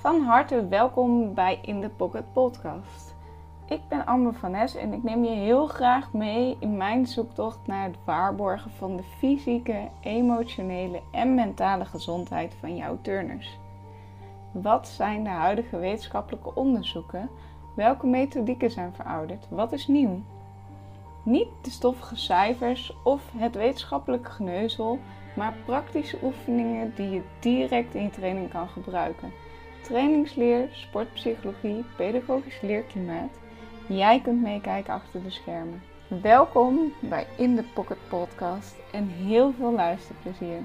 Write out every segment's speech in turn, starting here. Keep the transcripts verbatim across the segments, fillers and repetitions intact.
Van harte welkom bij In The Pocket podcast. Ik ben Amber van Nes en ik neem je heel graag mee in mijn zoektocht naar het waarborgen van de fysieke, emotionele en mentale gezondheid van jouw turners. Wat zijn de huidige wetenschappelijke onderzoeken? Welke methodieken zijn verouderd? Wat is nieuw? Niet de stoffige cijfers of het wetenschappelijke geneuzel, maar praktische oefeningen die je direct in je training kan gebruiken. Trainingsleer, sportpsychologie, pedagogisch leerklimaat. Jij kunt meekijken achter de schermen. Welkom bij In The Pocket podcast en heel veel luisterplezier.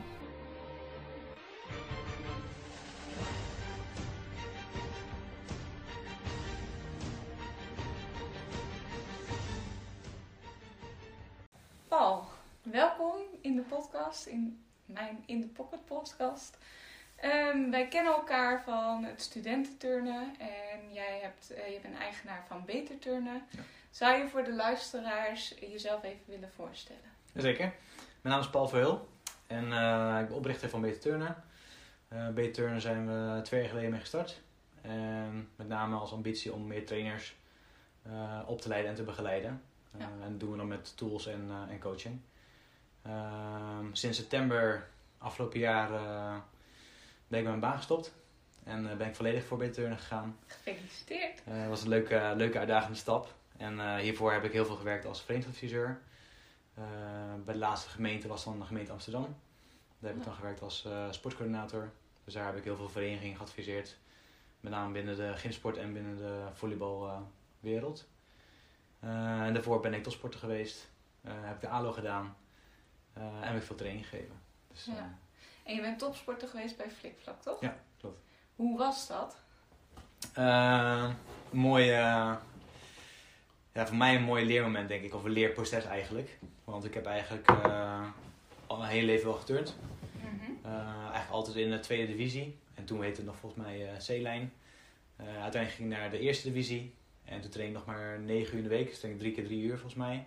Paul, welkom in de podcast, in mijn In The Pocket podcast. Um, wij kennen elkaar van het studententurnen en jij, hebt, uh, je bent eigenaar van Beter Turnen. Ja. Zou je voor de luisteraars jezelf even willen voorstellen? Jazeker. Mijn naam is Paul Verheul en uh, ik ben oprichter van Beter Turnen. Uh, Beter Turnen zijn we twee jaar geleden mee gestart. En met name als ambitie om meer trainers uh, op te leiden en te begeleiden. Uh, ja. En dat doen we dan met tools en, uh, en coaching. Uh, sinds september afgelopen jaar uh, ben ik met mijn baan gestopt. En uh, ben ik volledig voor Beter Turnen gegaan. Gefeliciteerd! Het uh, was een leuke, leuke uitdagende stap. En uh, hiervoor heb ik heel veel gewerkt als verenigingsadviseur. Uh, bij de laatste gemeente was dan de gemeente Amsterdam. Daar heb ik dan gewerkt als uh, sportcoördinator. Dus daar heb ik heel veel verenigingen geadviseerd. Met name binnen de gymsport en binnen de volleybalwereld. Uh, uh, en daarvoor ben ik topsporter geweest. Uh, heb ik de A L O gedaan. Uh, en heb ik veel training gegeven. Dus, uh, ja. En je bent topsporter geweest bij Flikvlak, toch? Ja, klopt. Hoe was dat? Uh, mooi, uh, ja, voor mij een mooi leermoment, denk ik. Of een leerproces eigenlijk. Want ik heb eigenlijk uh, al mijn hele leven wel geturnd. Mm-hmm. Uh, eigenlijk altijd in de tweede divisie. En toen heette het nog volgens mij uh, C-lijn. Uh, uiteindelijk ging ik naar de eerste divisie. En toen train ik nog maar negen uur in de week. Dus train ik drie keer drie uur volgens mij.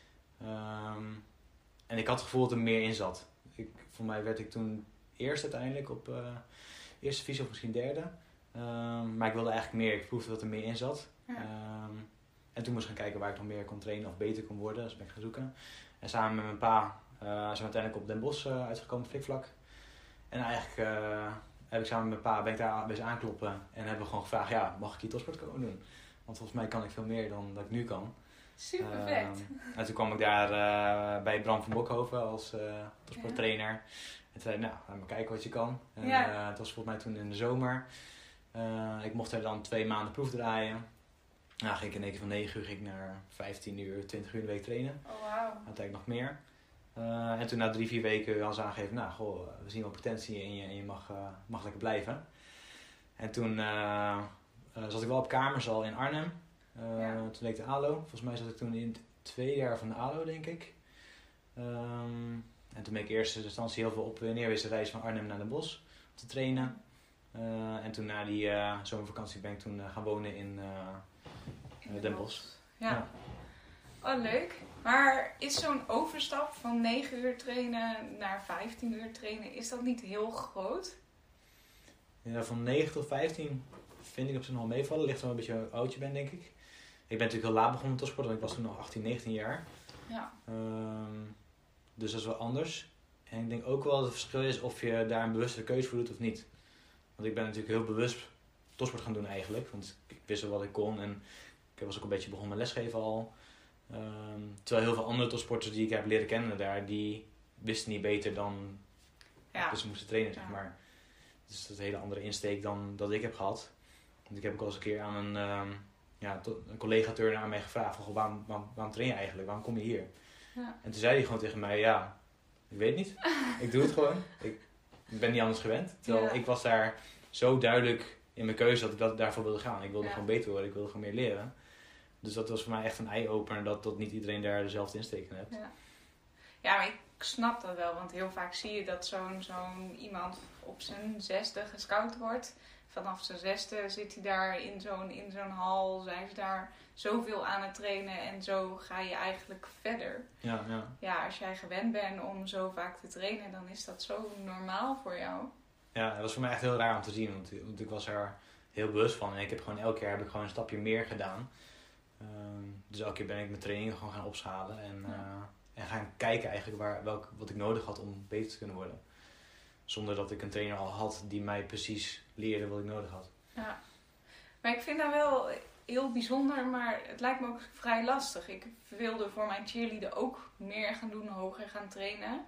Um, en ik had het gevoel dat er meer in zat. Ik, voor mij werd ik toen eerst uiteindelijk op uh, eerste divisie of misschien derde. Um, maar ik wilde eigenlijk meer. Ik proefde dat er meer in zat. Ja. Um, en toen moest ik gaan kijken waar ik nog meer kon trainen of beter kon worden. Dus ben ik gaan zoeken. En samen met mijn pa uh, zijn we uiteindelijk op Den Bosch uh, uitgekomen, Flikvlak. En eigenlijk uh, heb ik samen met mijn pa ben ik daar bezig aankloppen. En hebben we gewoon gevraagd, ja, mag ik hier topsport komen doen? Want volgens mij kan ik veel meer dan dat ik nu kan. Super vet. Um, en toen kwam ik daar uh, bij Bram van Bokhoven als uh, topsporttrainer. Ja. En toen zei ik, nou, laat maar kijken wat je kan. En ja. uh, het was volgens mij toen in de zomer. Uh, ik mocht er dan twee maanden proef draaien. Nou, ging ik in één keer van negen uur ging ik naar vijftien uur, twintig uur in de week trainen. Oh, wow. Uiteindelijk nog meer. Uh, en toen na drie, vier weken hadden ze aangegeven, nou, goh, we zien wel potentie in je en je mag, uh, mag lekker blijven. En toen uh, uh, zat ik wel op kamers al in Arnhem. Uh, ja. Toen deed ik de A L O. Volgens mij zat ik toen in het tweede jaar van de A L O, denk ik. Um, en toen ben ik in eerste instantie heel veel op en neer geweest de reis van Arnhem naar Den Bosch om te trainen. Uh, en toen na die uh, zomervakantie ben ik toen uh, gaan wonen in, uh, in Den Bosch. Ja. ja. Oh, leuk. Maar is zo'n overstap van negen uur trainen naar vijftien uur trainen, is dat niet heel groot? Ja, van negen tot vijftien vind ik op zich nog wel meevallen. Ligt wel een beetje hoe oud je bent, denk ik. Ik ben natuurlijk heel laat begonnen met topsporten, want ik was toen nog achttien, negentien jaar. Ja. Um, dus dat is wel anders. En ik denk ook wel dat het verschil is of je daar een bewuste keuze voor doet of niet. Want ik ben natuurlijk heel bewust topsport gaan doen eigenlijk. Want ik wist wel wat ik kon en ik was ook een beetje begonnen met lesgeven al. Um, terwijl heel veel andere topsporters die ik heb leren kennen daar, die wisten niet beter dan ja. dus ze moesten trainen, zeg maar. Dus dat is een hele andere insteek dan dat ik heb gehad. Want ik heb ook al eens een keer aan een, um, ja, to- een collega-turner aan mij gevraagd van, waarom, waarom, waarom train je eigenlijk? Waarom kom je hier? Ja. En toen zei hij gewoon tegen mij, ja, ik weet niet. Ik doe het gewoon. Ik ben niet anders gewend. Terwijl ja. ik was daar zo duidelijk in mijn keuze dat ik dat, daarvoor wilde gaan. Ik wilde ja. gewoon beter worden, ik wilde gewoon meer leren. Dus dat was voor mij echt een eye-opener dat, dat niet iedereen daar dezelfde insteek in heeft. Ja. ja, maar ik snap dat wel. Want heel vaak zie je dat zo'n, zo'n iemand op zijn zesde gescout wordt. Vanaf zijn zesde zit hij daar in zo'n, in zo'n hal. Zijn ze daar zoveel aan het trainen. En zo ga je eigenlijk verder. Ja, ja. ja, als jij gewend bent om zo vaak te trainen, dan is dat zo normaal voor jou. Ja, dat was voor mij echt heel raar om te zien. Want, want ik was er heel bewust van. En ik heb gewoon elke keer heb ik gewoon een stapje meer gedaan. Um, dus elke keer ben ik mijn trainingen gewoon gaan opschalen. En, uh, en gaan kijken eigenlijk waar, welk, wat ik nodig had om beter te kunnen worden. Zonder dat ik een trainer al had die mij precies leerde wat ik nodig had. Ja, maar ik vind dat wel heel bijzonder, maar het lijkt me ook vrij lastig. Ik wilde voor mijn cheerleader ook meer gaan doen, hoger gaan trainen.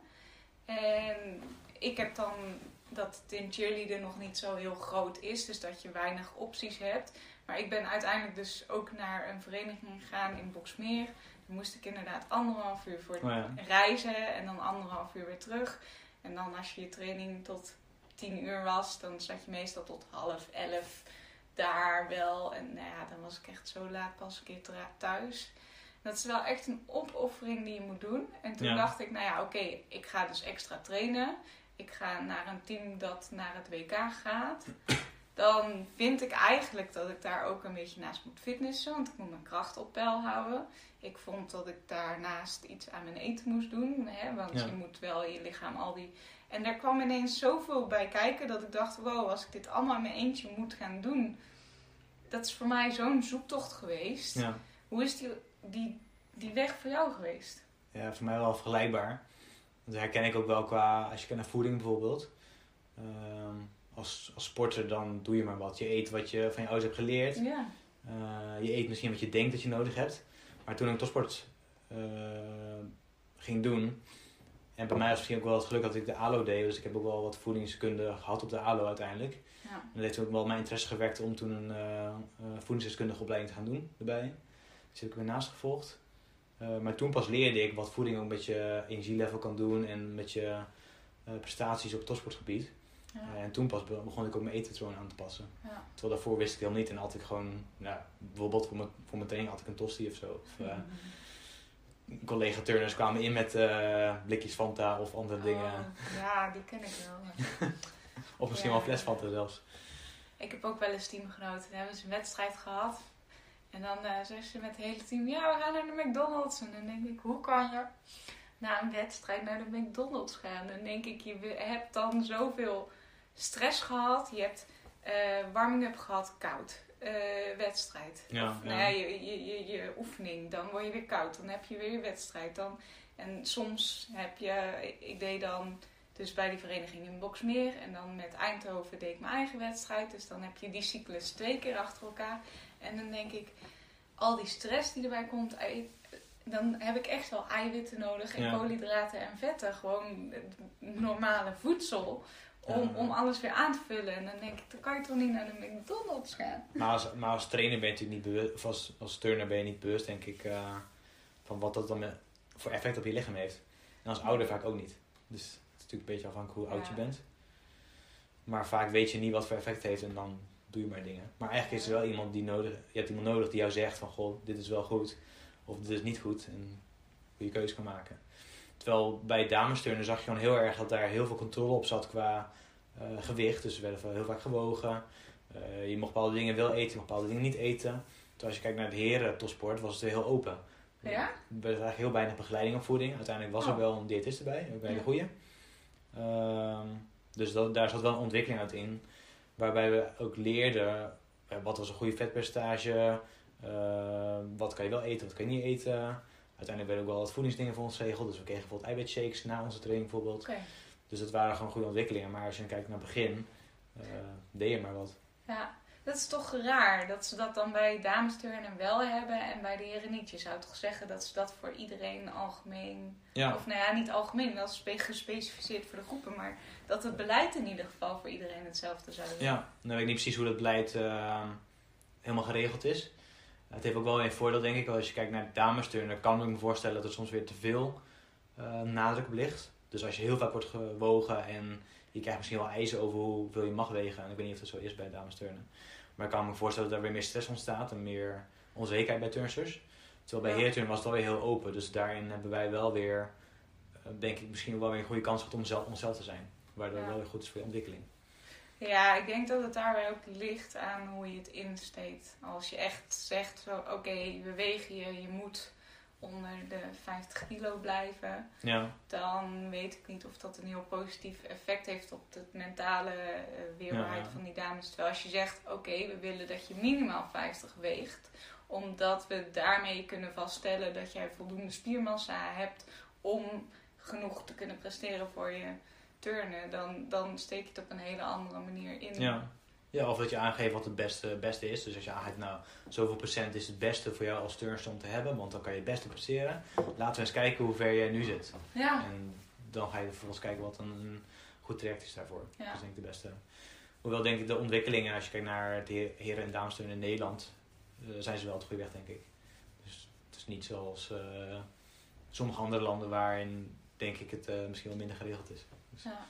En ik heb dan dat het in cheerleader nog niet zo heel groot is, dus dat je weinig opties hebt. Maar ik ben uiteindelijk dus ook naar een vereniging gegaan in Boxmeer. Dan moest ik inderdaad anderhalf uur voor Oh ja. reizen en dan anderhalf uur weer terug. En dan als je je training tot tien uur was, dan zat je meestal tot half elf daar wel. En nou ja, dan was ik echt zo laat pas een keer thuis. Dat is wel echt een opoffering die je moet doen. En toen ja. dacht ik, nou ja, oké, okay, ik ga dus extra trainen. Ik ga naar een team dat naar het W K gaat. Dan vind ik eigenlijk dat ik daar ook een beetje naast moet fitnessen. Want ik moet mijn kracht op peil houden. Ik vond dat ik daarnaast iets aan mijn eten moest doen. Hè? Want ja. je moet wel je lichaam al die... En daar kwam ineens zoveel bij kijken dat ik dacht, wow, als ik dit allemaal in mijn eentje moet gaan doen. Dat is voor mij zo'n zoektocht geweest. Ja. Hoe is die, die, die weg voor jou geweest? Ja, voor mij wel vergelijkbaar. Dat herken ik ook wel qua, als je kijkt naar voeding bijvoorbeeld. Um, als, als sporter dan doe je maar wat. Je eet wat je van je ouders hebt geleerd. Ja. Uh, je eet misschien wat je denkt dat je nodig hebt. Maar toen ik topsport uh, ging doen... En bij mij was misschien ook wel het geluk dat ik de A L O deed. Dus ik heb ook wel wat voedingskunde gehad op de A L O uiteindelijk. Ja. En dat heeft ook wel mijn interesse gewekt om toen een uh, uh, voedingsdeskundige opleiding te gaan doen erbij. Dus heb ik weer naast gevolgd. Uh, maar toen pas leerde ik wat voeding ook met je energielevel kan doen en met je uh, prestaties op het topsportgebied. Ja. Uh, en toen pas begon ik ook mijn eetpatroon aan te passen. Ja. Terwijl daarvoor wist ik helemaal niet en had ik gewoon, nou, bijvoorbeeld voor mijn, voor mijn training had ik een tosti of zo. Of, uh, mm-hmm. Collega-turners kwamen in met uh, blikjes Fanta of andere oh, dingen. Ja, die ken ik wel. Of misschien ja. wel een fles Fanta zelfs. Ik heb ook wel eens teamgenoten. Dan hebben ze een wedstrijd gehad. En dan uh, zeggen ze met het hele team, ja, we gaan naar de McDonald's. En dan denk ik, hoe kan je na een wedstrijd naar de McDonald's gaan? Dan denk ik, je hebt dan zoveel stress gehad. Je hebt uh, warming-up gehad, koud. Uh, wedstrijd. Ja, of, ja. Nou ja, je, je, je, je oefening. Dan word je weer koud. Dan heb je weer je wedstrijd. Dan, en soms heb je, ik deed dan dus bij die vereniging in Boxmeer. En dan met Eindhoven deed ik mijn eigen wedstrijd. Dus dan heb je die cyclus twee keer achter elkaar. En dan denk ik, al die stress die erbij komt, dan heb ik echt wel eiwitten nodig en ja. koolhydraten en vetten. Gewoon normale voedsel om, ja. om alles weer aan te vullen. En dan denk ik, dan kan je toch niet naar de McDonald's gaan. Maar als, maar als trainer ben je natuurlijk niet bewust, of als, als turner ben je niet bewust, denk ik, uh, van wat dat dan voor effect op je lichaam heeft. En als ouder vaak ook niet. Dus het is natuurlijk een beetje afhankelijk hoe oud ja. je bent. Maar vaak weet je niet wat voor effect het heeft en dan doe je maar dingen. Maar eigenlijk is er wel iemand die nodig, je hebt iemand nodig die jou zegt van, goh, dit is wel goed. Of dit is niet goed. En hoe je keuze kan maken. Terwijl bij damesturnen zag je gewoon heel erg dat daar heel veel controle op zat qua uh, gewicht. Dus er werden heel vaak gewogen. Uh, je mocht bepaalde dingen wel eten, je mocht bepaalde dingen niet eten. Terwijl als je kijkt naar de heren topsport was het heel open. Ja? Er was eigenlijk heel weinig begeleiding op voeding. Uiteindelijk was oh. er wel een diëtist erbij, ook bij de goeie. Uh, dus dat, daar zat wel een ontwikkeling uit in. Waarbij we ook leerden, uh, wat was een goede vetpercentage, uh, wat kan je wel eten, wat kan je niet eten. Uiteindelijk werden ook wel wat voedingsdingen voor ons geregeld. Dus we kregen bijvoorbeeld eiwitshakes na onze training bijvoorbeeld. Okay. Dus dat waren gewoon goede ontwikkelingen. Maar als je kijkt naar het begin, uh, deed je maar wat. Ja, dat is toch raar dat ze dat dan bij damesturnen wel hebben en bij de heren niet. Je zou toch zeggen dat ze dat voor iedereen algemeen, ja. of nou ja, niet algemeen, wel gespecificeerd voor de groepen, maar dat het beleid in ieder geval voor iedereen hetzelfde zou zijn. Ja, dan weet ik niet precies hoe dat beleid uh, helemaal geregeld is. Het heeft ook wel een voordeel, denk ik. Als je kijkt naar de damesturnen, kan ik me voorstellen dat er soms weer te veel uh, nadruk op ligt. Dus als je heel vaak wordt gewogen en je krijgt misschien wel eisen over hoeveel je mag wegen. En ik weet niet of dat zo is bij damesturnen. Maar ik kan me voorstellen dat er weer meer stress ontstaat en meer onzekerheid bij turnsters. Terwijl bij ja. heerturnen was het alweer heel open. Dus daarin hebben wij wel weer, denk ik, misschien wel weer een goede kans gehad om zelf, onszelf te zijn. Waardoor ja. het wel weer goed is voor je ontwikkeling. Ja, ik denk dat het daarbij ook ligt aan hoe je het insteekt. Als je echt zegt, oké, okay, we wegen je, je moet onder de vijftig kilo blijven. Ja. Dan weet ik niet of dat een heel positief effect heeft op de mentale uh, weerbaarheid Ja. van die dames. Terwijl als je zegt, oké, okay, we willen dat je minimaal vijftig weegt. Omdat we daarmee kunnen vaststellen dat jij voldoende spiermassa hebt om genoeg te kunnen presteren voor je turnen. Dan, dan steek je het op een hele andere manier in. Ja. Ja, of dat je aangeeft wat het beste, beste is. Dus als je aangeeft, nou, zoveel procent is het beste voor jou als turnster om te hebben. Want dan kan je het beste presteren. Laten we eens kijken hoe ver jij nu zit. Ja. En dan ga je vervolgens kijken wat een goed traject is daarvoor. Ja. Dat is denk ik de beste. Hoewel denk ik de ontwikkelingen, als je kijkt naar het heren- en damesturnen in Nederland, uh, zijn ze wel op de goede weg, denk ik. Dus het is niet zoals uh, sommige andere landen waarin, denk ik, het uh, misschien wel minder geregeld is. Dus. Ja.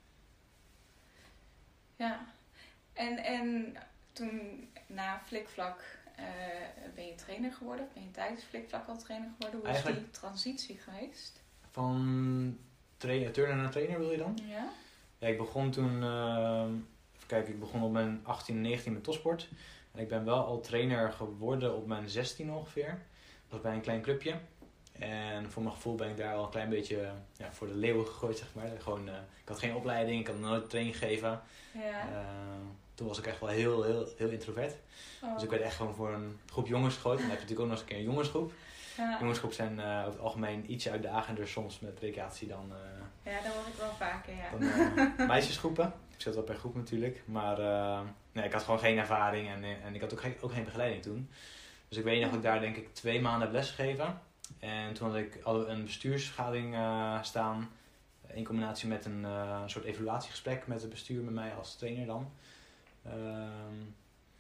Ja. En, en toen na Flikvlak uh, ben je trainer geworden? Ben je tijdens Flikvlak al trainer geworden? Hoe Eigenlijk, is die transitie geweest? Van tra- turner naar trainer wil je dan? Ja. Ja, ik begon toen, uh, even kijken, ik begon op mijn achttien, negentien met topsport. En ik ben wel al trainer geworden op mijn zestien ongeveer. Dat was bij een klein clubje. En voor mijn gevoel ben ik daar al een klein beetje ja, voor de leeuwen gegooid, zeg maar. Gewoon, uh, ik had geen opleiding, ik had nooit training gegeven. Ja. Uh, toen was ik echt wel heel, heel, heel introvert. Oh. Dus ik werd echt gewoon voor een groep jongens gegooid. En dan heb je natuurlijk ook nog eens een keer een jongensgroep. Ja. Jongensgroep zijn uh, over het algemeen ietsje uitdagender soms met recreatie dan... Uh, ja, dat hoor ik wel vaker, ja. Dan uh, meisjesgroepen. Ik zat wel per groep natuurlijk. Maar uh, nee, ik had gewoon geen ervaring en, en ik had ook geen, ook geen begeleiding toen. Dus ik weet nog dat ik daar denk ik twee maanden heb lesgegeven. En toen had ik al een bestuursvergadering uh, staan. In combinatie met een uh, soort evaluatiegesprek met het bestuur, met mij als trainer dan. Um,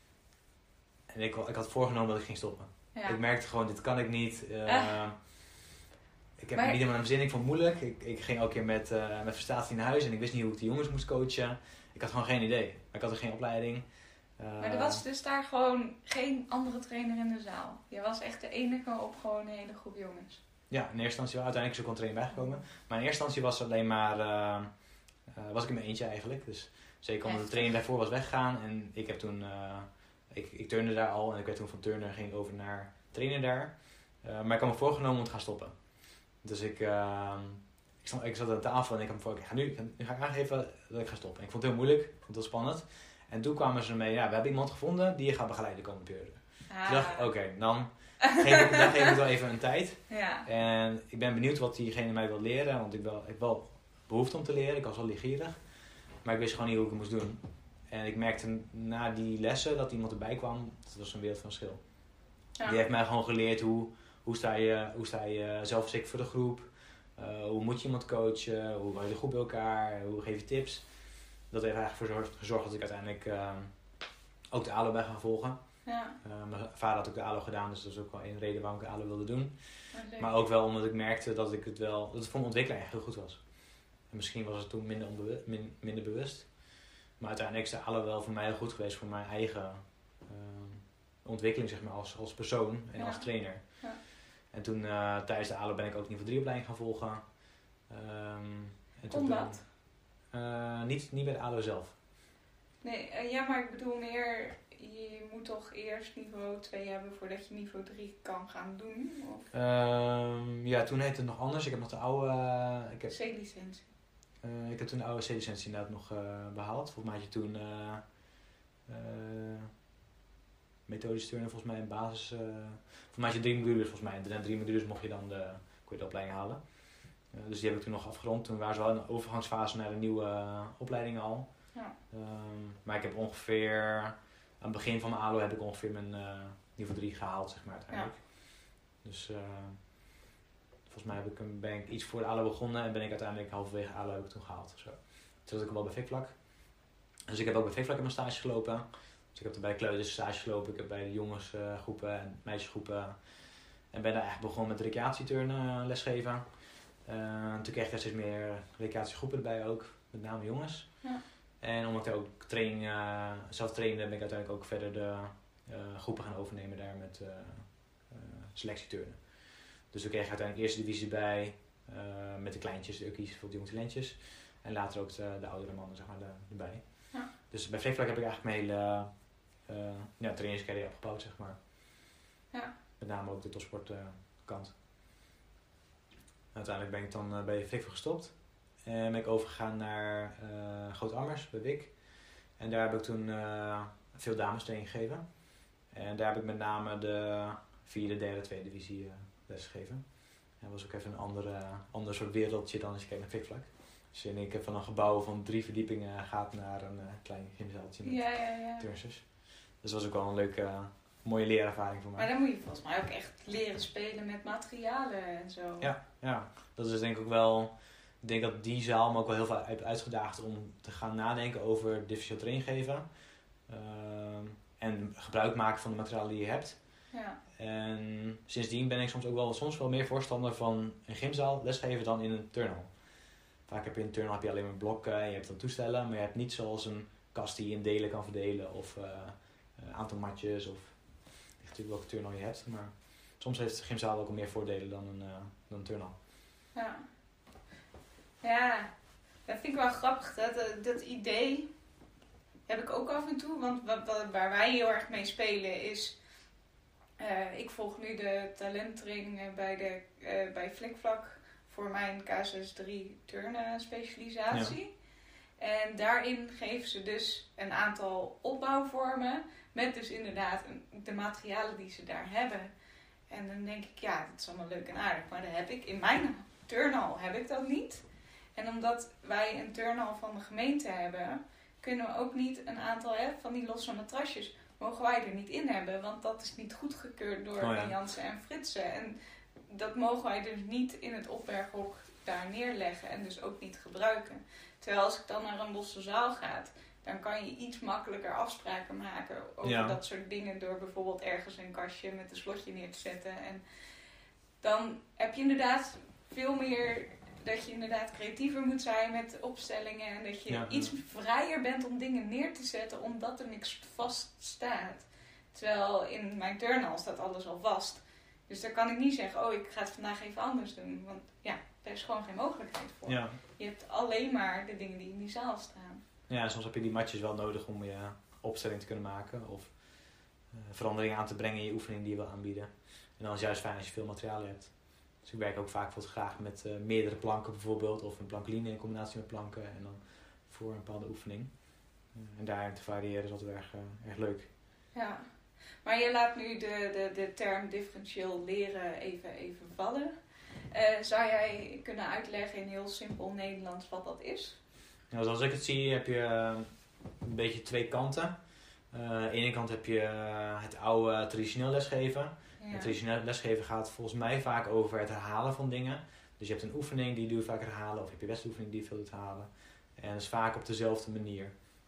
en ik, ik had voorgenomen dat ik ging stoppen. Ja. Ik merkte gewoon, dit kan ik niet. Uh, uh. Ik heb maar... niet helemaal een zin, ik vond het moeilijk. Ik, ik ging elke keer met, uh, met frustratie naar huis en ik wist niet hoe ik de jongens moest coachen. Ik had gewoon geen idee. Ik had er geen opleiding. Uh, maar er was dus daar gewoon geen andere trainer in de zaal. Je was echt de enige op gewoon een hele groep jongens. Ja, in eerste instantie wel. Uiteindelijk is er ook een trainer bijgekomen. Maar in eerste instantie was het alleen maar... Uh, uh, was ik in mijn eentje eigenlijk. Dus zeker omdat de trainer daarvoor was weggegaan. En ik heb toen... Uh, ik, ik turnde daar al. En ik werd toen van turner ging ik over naar trainer daar. Uh, maar ik had me voorgenomen om te gaan stoppen. Dus ik... Uh, ik, stond, ik zat aan tafel en ik had me voor... Ik ga nu, nu ga ik aangeven dat ik ga stoppen. En ik vond het heel moeilijk. Ik vond het heel spannend. En toen kwamen ze ermee... Ja, we hebben iemand gevonden die je gaat begeleiden de komende periode. Ah. Toen dacht ik... Oké, okay, dan... Geef ik, dan geef ik wel even een tijd. Ja. En ik ben benieuwd wat diegene mij wil leren. Want ik, wel, ik heb wel behoefte om te leren. Ik was wel leergierig. Maar ik wist gewoon niet hoe ik het moest doen. En ik merkte na die lessen dat iemand erbij kwam. Dat was een wereld van verschil. Ja. Die heeft mij gewoon geleerd hoe, hoe, sta je, hoe sta je zelfverzekerd voor de groep. Uh, hoe moet je iemand coachen. Hoe hou je de groep bij elkaar. Hoe geef je tips. Dat heeft eigenlijk voor gezorgd, gezorgd dat ik uiteindelijk uh, ook de A L O ben gaan volgen. Ja. Uh, mijn vader had ook de A L O gedaan, dus dat is ook wel een reden waarom ik de A L O wilde doen. Maar, maar ook wel omdat ik merkte dat ik het wel, dat het voor mijn ontwikkeling echt heel goed was. En misschien was het toen minder, onbewu- min, minder bewust. Maar uiteindelijk is de A L O wel voor mij heel goed geweest voor mijn eigen uh, ontwikkeling, zeg maar, als, als persoon en ja. als trainer. Ja. En toen uh, tijdens de A L O ben ik ook niveau drie opleiding gaan volgen. Um, en Kon dat? Uh, niet, niet bij de A L O zelf. Nee, uh, ja, maar ik bedoel meer, je moet toch eerst niveau twee hebben voordat je niveau drie kan gaan doen? Of? Um, ja, toen heette het nog anders. Ik heb nog de oude... Uh, ik heb, C-licentie. Uh, ik heb toen de oude C-licentie inderdaad nog uh, behaald. Volgens mij had je toen uh, uh, methodisch turnen, volgens mij in basis... Uh, volgens mij had je drie modules, volgens mij. En de drie modules mocht je dan de, kon je de opleiding halen. Uh, dus die heb ik toen nog afgerond. Toen waren ze wel in de overgangsfase naar de nieuwe uh, opleidingen al. Ja. Um, maar ik heb ongeveer... Aan het begin van mijn A L O heb ik ongeveer mijn uh, niveau drie gehaald, zeg maar, uiteindelijk. Ja. Dus uh, volgens mij heb ik, ben ik iets voor de A L O begonnen en ben ik uiteindelijk halverwege A L O heb ik toen gehaald. Of zo. Toen zat ik wel bij Flikvlak. Dus ik heb ook bij Flikvlak in mijn stage gelopen. Dus ik heb er bij de kleuters stage gelopen, ik heb bij de jongensgroepen uh, en meisjesgroepen. En ben daar eigenlijk begonnen met recreatieturnen uh, lesgeven. Uh, toen kreeg ik er steeds meer recreatiegroepen erbij ook, met name jongens. Ja. En omdat ik ook training, uh, zelf trainde, ben ik uiteindelijk ook verder de uh, groepen gaan overnemen daar met uh, uh, selectieturnen. Dus we kregen uiteindelijk eerste divisie bij, uh, met de kleintjes, de ukkies, voor de jonge talentjes. En later ook de, de oudere mannen, zeg maar, de, erbij. Ja. Dus bij Flikvlak heb ik eigenlijk mijn hele uh, ja, trainingscarrière opgebouwd, zeg maar. Ja. Met name ook de topsportkant. Uh, Uiteindelijk ben ik dan uh, bij Flikvlak gestopt. En ben ik overgegaan naar uh, Groot-Ammers bij Wik. En daar heb ik toen uh, veel damestraining gegeven. En daar heb ik met name de vierde, derde, tweede divisie uh, lesgegeven. En dat was ook even een andere, ander soort wereldje dan als je kijkt naar Flikvlak. Dus je in één keer van een gebouw van drie verdiepingen gaat naar een uh, klein gymzaaltje met ja, ja, ja. turnsters. Dus dat was ook wel een leuke, uh, mooie leerervaring voor mij. Maar dan moet je volgens mij ook echt leren spelen met materialen en zo. Ja, ja. Dat is denk ik ook wel... Ik denk dat die zaal me ook wel heel veel heeft uitgedaagd om te gaan nadenken over differentieel training geven. Uh, en gebruik maken van de materialen die je hebt. Ja. En sindsdien ben ik soms ook wel, soms wel meer voorstander van een gymzaal lesgeven dan in een turnhal. Vaak heb je in een turnhal heb je alleen maar blokken en je hebt dan toestellen, maar je hebt niet zoals een kast die je in delen kan verdelen of uh, een aantal matjes of ligt natuurlijk welke turnhal je hebt. Maar soms heeft de gymzaal ook al meer voordelen dan een, uh, dan een turnhal. Ja. Ja, dat vind ik wel grappig. Dat, dat idee heb ik ook af en toe. Want wat, wat, waar wij heel erg mee spelen is... Uh, ik volg nu de talenttrainingen bij, de, uh, bij Flikvlak voor mijn K zes drie turnen specialisatie. Ja. En daarin geven ze dus een aantal opbouwvormen met dus inderdaad de materialen die ze daar hebben. En dan denk ik, ja, dat is allemaal leuk en aardig. Maar dat heb ik in mijn turnhal heb ik dat niet. En omdat wij een turnhal van de gemeente hebben, kunnen we ook niet een aantal hè, van die losse matrasjes, mogen wij er niet in hebben. Want dat is niet goedgekeurd door oh ja. Jansen en Fritsen. En dat mogen wij dus niet in het opberghok daar neerleggen en dus ook niet gebruiken. Terwijl als ik dan naar een losse zaal ga, dan kan je iets makkelijker afspraken maken over ja. dat soort dingen door bijvoorbeeld ergens een kastje met een slotje neer te zetten. En dan heb je inderdaad veel meer dat je inderdaad creatiever moet zijn met opstellingen en dat je ja, iets ja. vrijer bent om dingen neer te zetten omdat er niks vast staat. Terwijl in mijn turnhal staat alles al vast. Dus daar kan ik niet zeggen, oh ik ga het vandaag even anders doen. Want ja, daar is gewoon geen mogelijkheid voor. Ja. Je hebt alleen maar de dingen die in die zaal staan. Ja, soms heb je die matjes wel nodig om je opstelling te kunnen maken. Of uh, veranderingen aan te brengen in je oefening die je wil aanbieden. En dan is het juist fijn als je veel materiaal hebt. Dus ik werk ook vaak wat graag met uh, meerdere planken bijvoorbeeld. Of een plankline in combinatie met planken. En dan voor een bepaalde oefening. Uh, en daarin te variëren is altijd erg, uh, erg leuk. Ja, maar je laat nu de, de, de term differentieel leren even, even vallen. Uh, zou jij kunnen uitleggen in heel simpel Nederlands wat dat is? Nou, zoals ik het zie heb je uh, een beetje twee kanten. Uh, aan de ene kant heb je uh, het oude traditioneel lesgeven. Ja. Het traditioneel lesgeven gaat volgens mij vaak over het herhalen van dingen. Dus je hebt een oefening die doe je vaak herhalen. Of je hebt je wedstrijdoefening die je veel doet herhalen. En dat is vaak op dezelfde manier.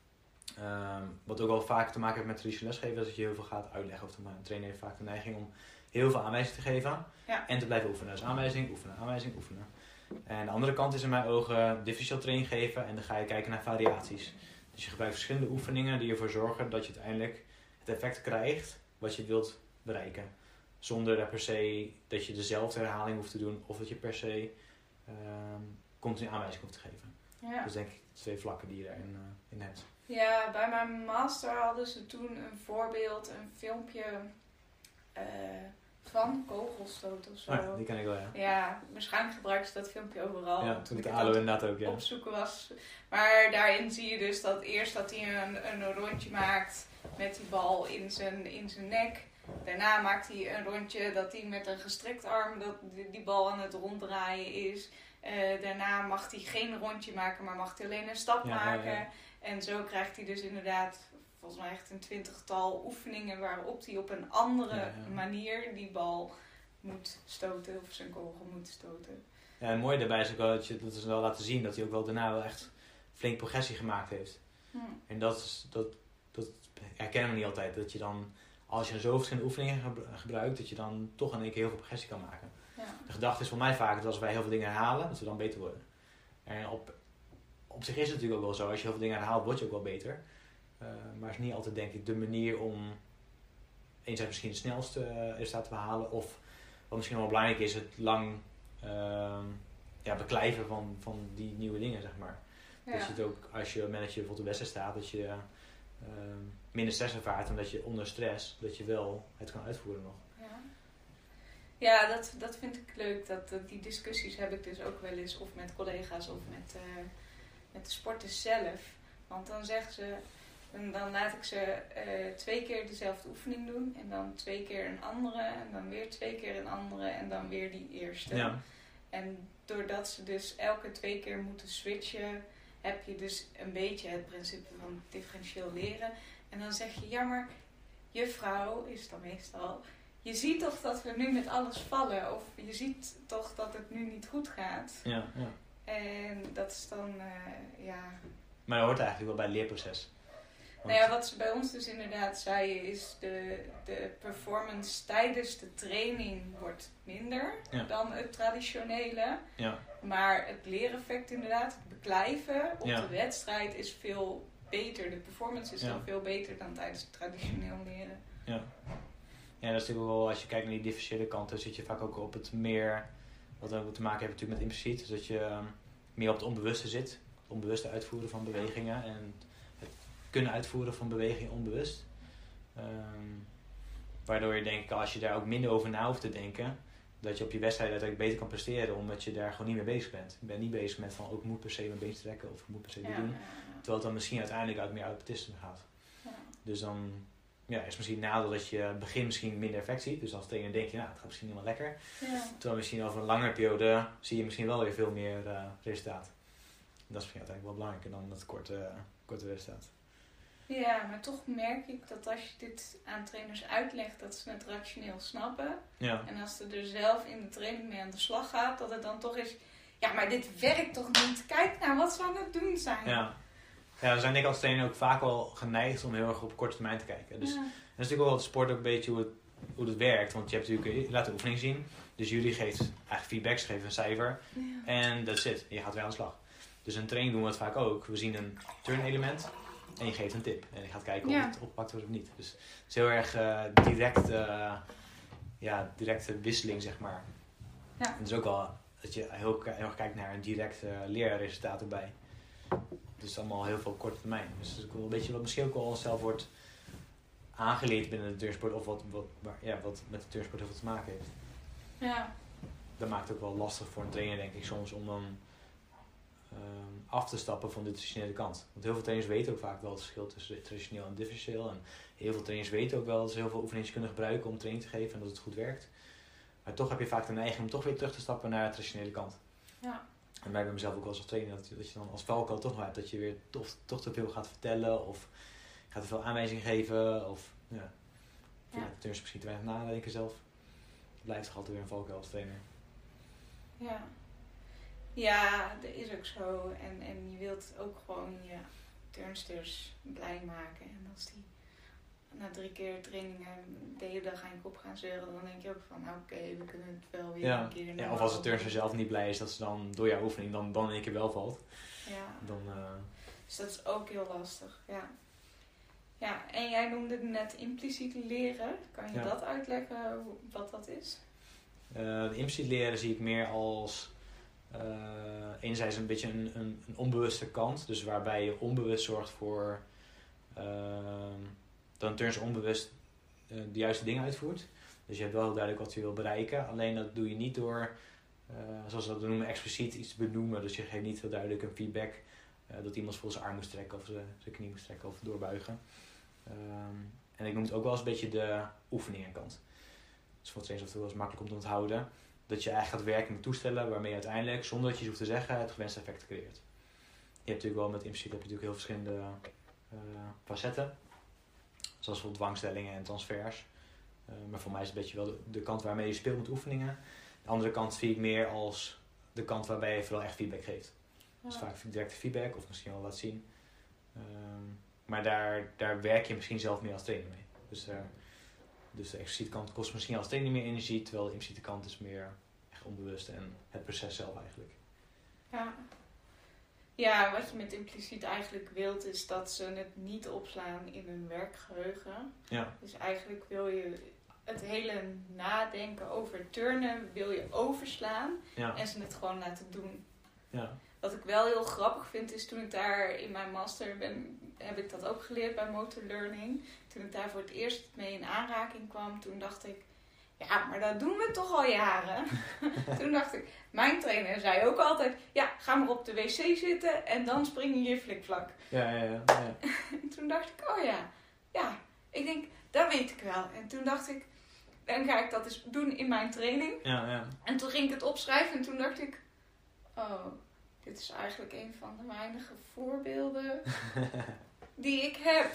Um, wat ook wel vaak te maken heeft met traditioneel lesgeven, is dat je heel veel gaat uitleggen. Of een trainer heeft vaak de neiging om heel veel aanwijzingen te geven. Ja. En te blijven oefenen. Dus aanwijzing, oefenen, aanwijzing, oefenen. En de andere kant is in mijn ogen differentieel training geven. En dan ga je kijken naar variaties. Dus je gebruikt verschillende oefeningen die ervoor zorgen dat je uiteindelijk het effect krijgt wat je wilt bereiken. Zonder dat per se dat je dezelfde herhaling hoeft te doen. Of dat je per se um, continu aanwijzing hoeft te geven. Ja. Dus denk ik twee vlakken die je daarin uh, in hebt. Ja, bij mijn master hadden ze toen een voorbeeld, een filmpje uh, van kogelstoot of zo. Ah, die ken ik wel, ja. Ja, waarschijnlijk gebruiken ze dat filmpje overal. Ja, toen ik de A L O inderdaad ook, ja. Opzoeken was. Maar daarin zie je dus dat eerst dat hij een, een rondje maakt met die bal in zijn, in zijn nek. Daarna maakt hij een rondje dat hij met een gestrekt arm dat die, die bal aan het ronddraaien is. Uh, daarna mag hij geen rondje maken, maar mag hij alleen een stap ja, maken. Ja, ja. En zo krijgt hij dus inderdaad volgens mij echt een twintigtal oefeningen waarop hij op een andere ja, ja. manier die bal moet stoten of zijn kogel moet stoten. Ja, en mooi daarbij is ook wel dat je dat is wel laten zien dat hij ook wel daarna wel echt flink progressie gemaakt heeft. Hm. En dat, is, dat, dat herkennen we niet altijd. Dat je dan, als je zo verschillende oefeningen gebruikt, dat je dan toch in één keer heel veel progressie kan maken. Ja. De gedachte is voor mij vaak dat als wij heel veel dingen herhalen, dat we dan beter worden. En op, op zich is het natuurlijk ook wel zo. Als je heel veel dingen herhaalt, word je ook wel beter. Uh, maar het is niet altijd, denk ik, de manier om enerzijds misschien het snelste uh, resultaat te behalen. Of wat misschien wel belangrijk is, het lang uh, ja, beklijven van, van die nieuwe dingen, zeg maar. Ja. Dat je het ook, als je, op het moment dat je bijvoorbeeld op de wedstrijd staat, dat je uh, minder stress ervaart. En dat je onder stress, dat je wel het kan uitvoeren nog. Ja. Ja, dat, dat vind ik leuk. Dat, dat, die discussies heb ik dus ook wel eens. Of met collega's of met, uh, met de sporters zelf. Want dan zeggen ze... En dan laat ik ze uh, twee keer dezelfde oefening doen. En dan twee keer een andere. En dan weer twee keer een andere. En dan weer die eerste. Ja. En doordat ze dus elke twee keer moeten switchen... heb je dus een beetje het principe van differentieel leren. En dan zeg je, ja maar... Juffrouw is het dan meestal... Je ziet toch dat we nu met alles vallen. Of je ziet toch dat het nu niet goed gaat. Ja, ja. En dat is dan, uh, ja... Maar dat hoort eigenlijk wel bij het leerproces. Want... Nou ja, wat ze bij ons dus inderdaad zeiden is... De, de performance tijdens de training wordt minder ja. dan het traditionele. Ja. Maar het leereffect inderdaad, het beklijven op ja. de wedstrijd is veel beter. De performance is ja. dan veel beter dan tijdens het traditioneel leren. Ja. Ja, dat is natuurlijk wel, als je kijkt naar die differentiële kant, dan zit je vaak ook op het meer, wat ook te maken heeft natuurlijk met impliciet, dus dat je um, meer op het onbewuste zit, het onbewuste uitvoeren van bewegingen en het kunnen uitvoeren van bewegingen onbewust. Um, waardoor je denk ik, als je daar ook minder over na hoeft te denken, dat je op je wedstrijd uiteindelijk beter kan presteren, omdat je daar gewoon niet mee bezig bent. Je bent niet bezig met van, ook moet per se mijn been trekken of ik moet per se dit ja, doen, ja, ja. terwijl het dan misschien uiteindelijk uit meer automatisme gaat. Ja. Dus dan... Ja, is misschien een nadeel dat je begin misschien minder effect ziet. Dus als trainer denk je, nou, het gaat misschien niet meer lekker. Ja. Terwijl misschien over een langere periode zie je misschien wel weer veel meer uh, resultaat. Dat is misschien uiteindelijk wel belangrijker dan dat korte, uh, korte resultaat. Ja, maar toch merk ik dat als je dit aan trainers uitlegt, dat ze het rationeel snappen. Ja. En als ze er zelf in de training mee aan de slag gaat, dat het dan toch is... Ja, maar dit werkt toch niet? Kijk nou wat ze aan het doen zijn. Ja. Ja, we zijn denk ik als trainer ook vaak wel geneigd om heel erg op korte termijn te kijken. Dus ja. dat is natuurlijk wel het sport ook een beetje hoe het, hoe het werkt. Want je hebt natuurlijk, je laat de oefening zien. Dus jullie geeft eigenlijk feedback, ze geven een cijfer. Ja. En that's it. Je gaat weer aan de slag. Dus in training doen we het vaak ook. We zien een turn element en je geeft een tip. En je gaat kijken ja. of het opgepakt wordt of niet. Dus het is heel erg uh, direct, uh, ja, directe wisseling, zeg maar. Ja. En het is ook wel dat je heel, heel erg kijkt naar een direct uh, leerresultaat erbij. Dus het is allemaal heel veel op korte termijn. Dus het is ook wel een beetje wat misschien ook wel zelf wordt aangeleerd binnen de turnsport. Of wat, wat, ja, wat met de turnsport heel veel te maken heeft. Ja. Dat maakt het ook wel lastig voor een trainer, denk ik, soms om dan um, af te stappen van de traditionele kant. Want heel veel trainers weten ook vaak wel het verschil tussen traditioneel en differentieel. En heel veel trainers weten ook wel dat ze heel veel oefeningen kunnen gebruiken om training te geven en dat het goed werkt. Maar toch heb je vaak de neiging om toch weer terug te stappen naar de traditionele kant. Ja. En wij bij mezelf ook wel als trainer, dat, dat je dan als valkuil toch nog hebt dat je weer toch, toch te veel gaat vertellen of gaat te veel aanwijzingen geven of ja. Ja. De trainers misschien te weinig nadenken zelf. Het blijft toch altijd weer een valkuil als trainer. Ja. Ja, dat is ook zo. En, en je wilt ook gewoon je turnsters blij maken. En als die na drie keer trainingen de hele dag aan je kop gaan zeuren, dan denk je ook van, oké, okay, we kunnen het wel weer ja. een keer... Ja, of als de turnster zelf niet blij is dat ze dan door jouw oefening dan, dan in één keer wel valt. Ja. Dan, uh... Dus dat is ook heel lastig, ja. Ja, en jij noemde net impliciet leren. Kan je ja. dat uitleggen, wat dat is? Uh, de impliciet leren zie ik meer als uh, enerzijds een beetje een, een, een onbewuste kant. Dus waarbij je onbewust zorgt voor uh, dat een turnster onbewust uh, de juiste dingen uitvoert. Dus je hebt wel heel duidelijk wat je wil bereiken. Alleen dat doe je niet door, uh, zoals we dat noemen, expliciet iets te benoemen. Dus je geeft niet heel duidelijk een feedback uh, dat iemand voor zijn arm moest trekken of zijn knie moest trekken of doorbuigen. Um, en ik noem het ook wel eens een beetje de oefeningenkant. Dus voor trainers is het wel eens makkelijk om te onthouden. Dat je eigenlijk gaat werken met toestellen waarmee je uiteindelijk, zonder dat je hoeft te zeggen, het gewenste effect creëert. Je hebt natuurlijk wel met impliciet heb je natuurlijk heel verschillende uh, facetten. Zoals bijvoorbeeld dwangstellingen en transfers. Uh, maar voor mij is het een beetje wel de, de kant waarmee je speelt met oefeningen. De andere kant zie ik meer als de kant waarbij je vooral echt feedback geeft. Ja. Dus vaak directe feedback of misschien wel laat zien. Um, maar daar, daar werk je misschien zelf meer als trainer mee. Dus, uh, dus de expliciete kant kost misschien als trainer meer energie, terwijl de impliciete kant is meer echt onbewust en het proces zelf eigenlijk. Ja. Ja, wat je met impliciet eigenlijk wilt is dat ze het niet opslaan in hun werkgeheugen. Ja. Dus eigenlijk wil je het hele nadenken over turnen wil je overslaan ja. en ze het gewoon laten doen. Ja. Wat ik wel heel grappig vind is toen ik daar in mijn master ben, heb ik dat ook geleerd bij motor learning. Toen ik daar voor het eerst mee in aanraking kwam, toen dacht ik, ja, maar dat doen we toch al jaren. Toen dacht ik, mijn trainer zei ook altijd, ja, ga maar op de wc zitten en dan spring je je flikvlak. Ja, ja, ja. ja. En toen dacht ik, oh ja, ja, ik denk, dat weet ik wel. En toen dacht ik, dan ga ik dat eens doen in mijn training. Ja, ja. En toen ging ik het opschrijven en toen dacht ik, oh, dit is eigenlijk een van de weinige voorbeelden die ik heb.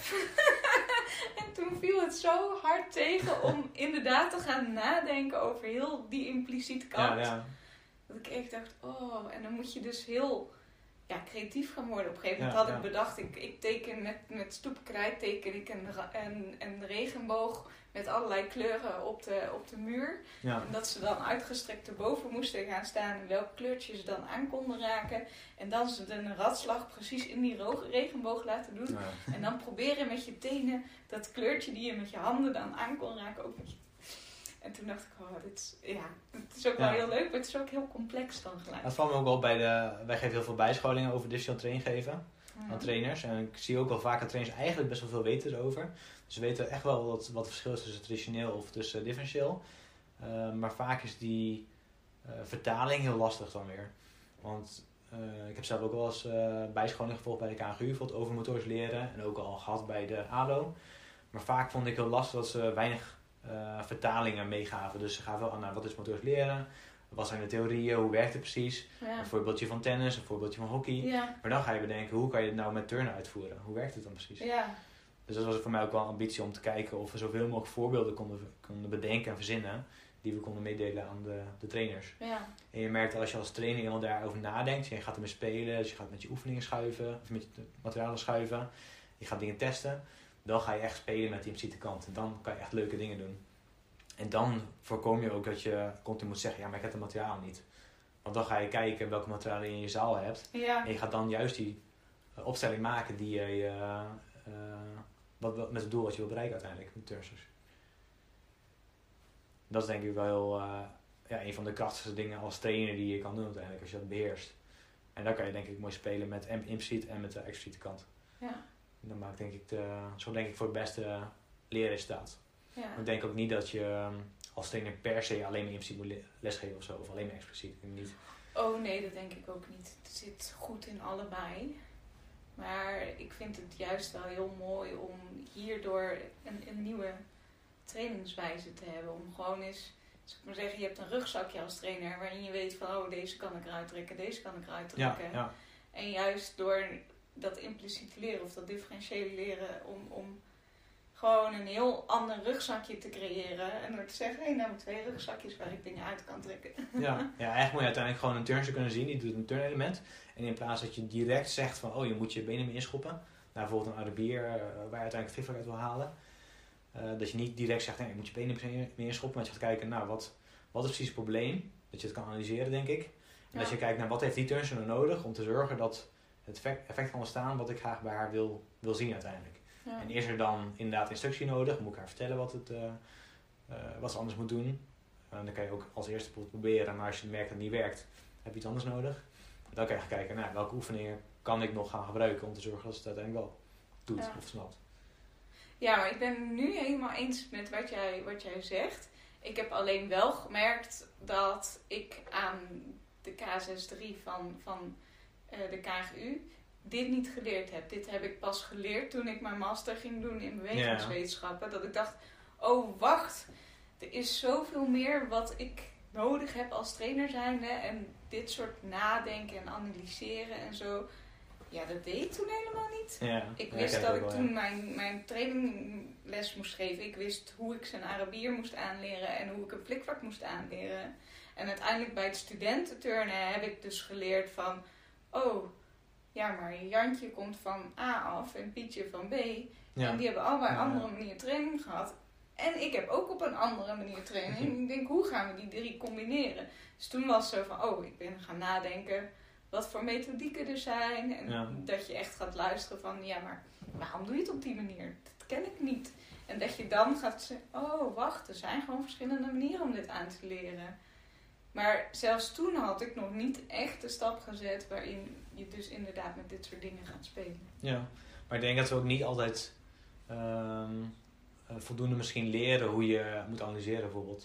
En toen viel het zo hard tegen om inderdaad te gaan nadenken over heel die impliciete kant. Ja, ja. Dat ik echt dacht, oh, en dan moet je dus heel ja, creatief gaan worden. Op een gegeven moment Ja, had ja. ik bedacht, ik, ik teken met, met stoepkrijt teken ik een, ra- een, een regenboog met allerlei kleuren op de, op de muur. Ja. En dat ze dan uitgestrekt erboven moesten gaan staan en welk kleurtje ze dan aan konden raken. En dan ze een ratslag precies in die ro- regenboog laten doen. Ja. En dan proberen met je tenen dat kleurtje die je met je handen dan aan kon raken ook met je. En toen dacht ik, oh, dit is, ja, het is ook wel Ja. heel leuk, maar het is ook heel complex dan gelijk. Dat valt me ook wel bij de... Wij geven heel veel bijscholingen over differentieel training geven aan trainers. En ik zie ook wel vaak dat trainers eigenlijk best wel veel weten erover. Dus ze weten echt wel wat, wat het verschil is tussen traditioneel of tussen differentieel. Uh, maar vaak is die uh, vertaling heel lastig dan weer. Want uh, ik heb zelf ook wel eens uh, bijscholing gevolgd bij de K N G U, bijvoorbeeld over motorisch leren. En ook al gehad bij de A D O. Maar vaak vond ik heel lastig dat ze weinig uh, vertalingen meegaven. Dus ze gaven wel aan naar wat is motorisch leren. Wat zijn de theorieën? Hoe werkt het precies? Ja. Een voorbeeldje van tennis, een voorbeeldje van hockey. Ja. Maar dan ga je bedenken, hoe kan je het nou met turnen uitvoeren? Hoe werkt het dan precies? Ja. Dus dat was voor mij ook wel een ambitie om te kijken of we zoveel mogelijk voorbeelden konden, konden bedenken en verzinnen. Die we konden meedelen aan de, de trainers. Ja. En je merkt als je als trainer helemaal daarover nadenkt. Je gaat ermee spelen, dus je gaat met je oefeningen schuiven. Of met je materialen schuiven. Je gaat dingen testen. Dan ga je echt spelen met die impliciete kant. En dan kan je echt leuke dingen doen. En dan voorkom je ook dat je continu moet zeggen, ja, maar ik heb het materiaal niet. Want dan ga je kijken welke materialen je in je zaal hebt. Ja. En je gaat dan juist die uh, opstelling maken die je, uh, uh, wat, wat, met het doel wat je wil bereiken uiteindelijk met turnsters. Dat is denk ik wel heel, uh, ja, een van de krachtigste dingen als trainer die je kan doen uiteindelijk, als je dat beheerst. En dan kan je denk ik mooi spelen met impliciet en met de expliciete kant. Ja. En dan maakt denk ik de, zo denk ik voor het beste leerresultaat. Ja. Maar ik denk ook niet dat je um, als trainer per se alleen maar impliciet moet lesgeven of zo, of alleen maar expliciet. Niet. Oh nee, dat denk ik ook niet. Het zit goed in allebei. Maar ik vind het juist wel heel mooi om hierdoor een, een nieuwe trainingswijze te hebben. Om gewoon eens, zou ik maar zeggen, je hebt een rugzakje als trainer waarin je weet van, oh, deze kan ik eruit trekken, deze kan ik eruit trekken. Ja, ja. En juist door dat impliciet leren of dat differentiële leren om, om gewoon een heel ander rugzakje te creëren. En door te zeggen, hé, hey, nou heb ik twee rugzakjes waar ik dingen uit kan trekken. Ja, ja, eigenlijk moet je uiteindelijk gewoon een turnster kunnen zien, die doet een turnelement. En in plaats dat je direct zegt van, oh, je moet je benen mee inschoppen. Nou, bijvoorbeeld een Arabier uh, waar je uiteindelijk het flikvlak uit wil halen. Uh, dat je niet direct zegt, nee, je moet je benen mee inschoppen. Maar dat je gaat kijken, nou, wat, wat is precies het probleem? Dat je het kan analyseren, denk ik. En Ja. dat je kijkt naar wat heeft die turnster nou nodig om te zorgen dat het effect, effect kan ontstaan wat ik graag bij haar wil, wil zien uiteindelijk. Ja. En is er dan inderdaad instructie nodig? Moet ik haar vertellen wat, het, uh, uh, wat ze anders moet doen? En dan kan je ook als eerste proberen, maar als je merkt dat het niet werkt, heb je iets anders nodig. Dan kan je gaan kijken, nou, welke oefeningen kan ik nog gaan gebruiken om te zorgen dat ze het uiteindelijk wel doet Ja. of snapt. Ja, maar ik ben het nu helemaal eens met wat jij, wat jij zegt. Ik heb alleen wel gemerkt dat ik aan de K zes drie van, van uh, de K N G U dit niet geleerd heb. Dit heb ik pas geleerd toen ik mijn master ging doen in bewegingswetenschappen. Ja. Dat ik dacht, oh wacht, er is zoveel meer wat ik nodig heb als trainer zijnde. En dit soort nadenken en analyseren en zo. Ja, dat deed ik toen helemaal niet. Ja, ik ja, wist ik dat ik wel, toen ja. mijn, mijn trainingles moest geven. Ik wist hoe ik zijn Arabier moest aanleren en hoe ik een flikvlak moest aanleren. En uiteindelijk bij het studententurnen heb ik dus geleerd van... Oh, ja, maar Jantje komt van A af en Pietje van B. Ja. En die hebben allebei Ja, een andere ja. manier training gehad. En ik heb ook op een andere manier training. En ik denk, hoe gaan we die drie combineren? Dus toen was het zo van, oh, ik ben gaan nadenken wat voor methodieken er zijn. En Ja. dat je echt gaat luisteren van, ja, maar waarom doe je het op die manier? Dat ken ik niet. En dat je dan gaat zeggen, oh, wacht, er zijn gewoon verschillende manieren om dit aan te leren. Maar zelfs toen had ik nog niet echt de stap gezet waarin je dus inderdaad met dit soort dingen gaat spelen. Ja, maar ik denk dat we ook niet altijd um, voldoende misschien leren hoe je moet analyseren bijvoorbeeld.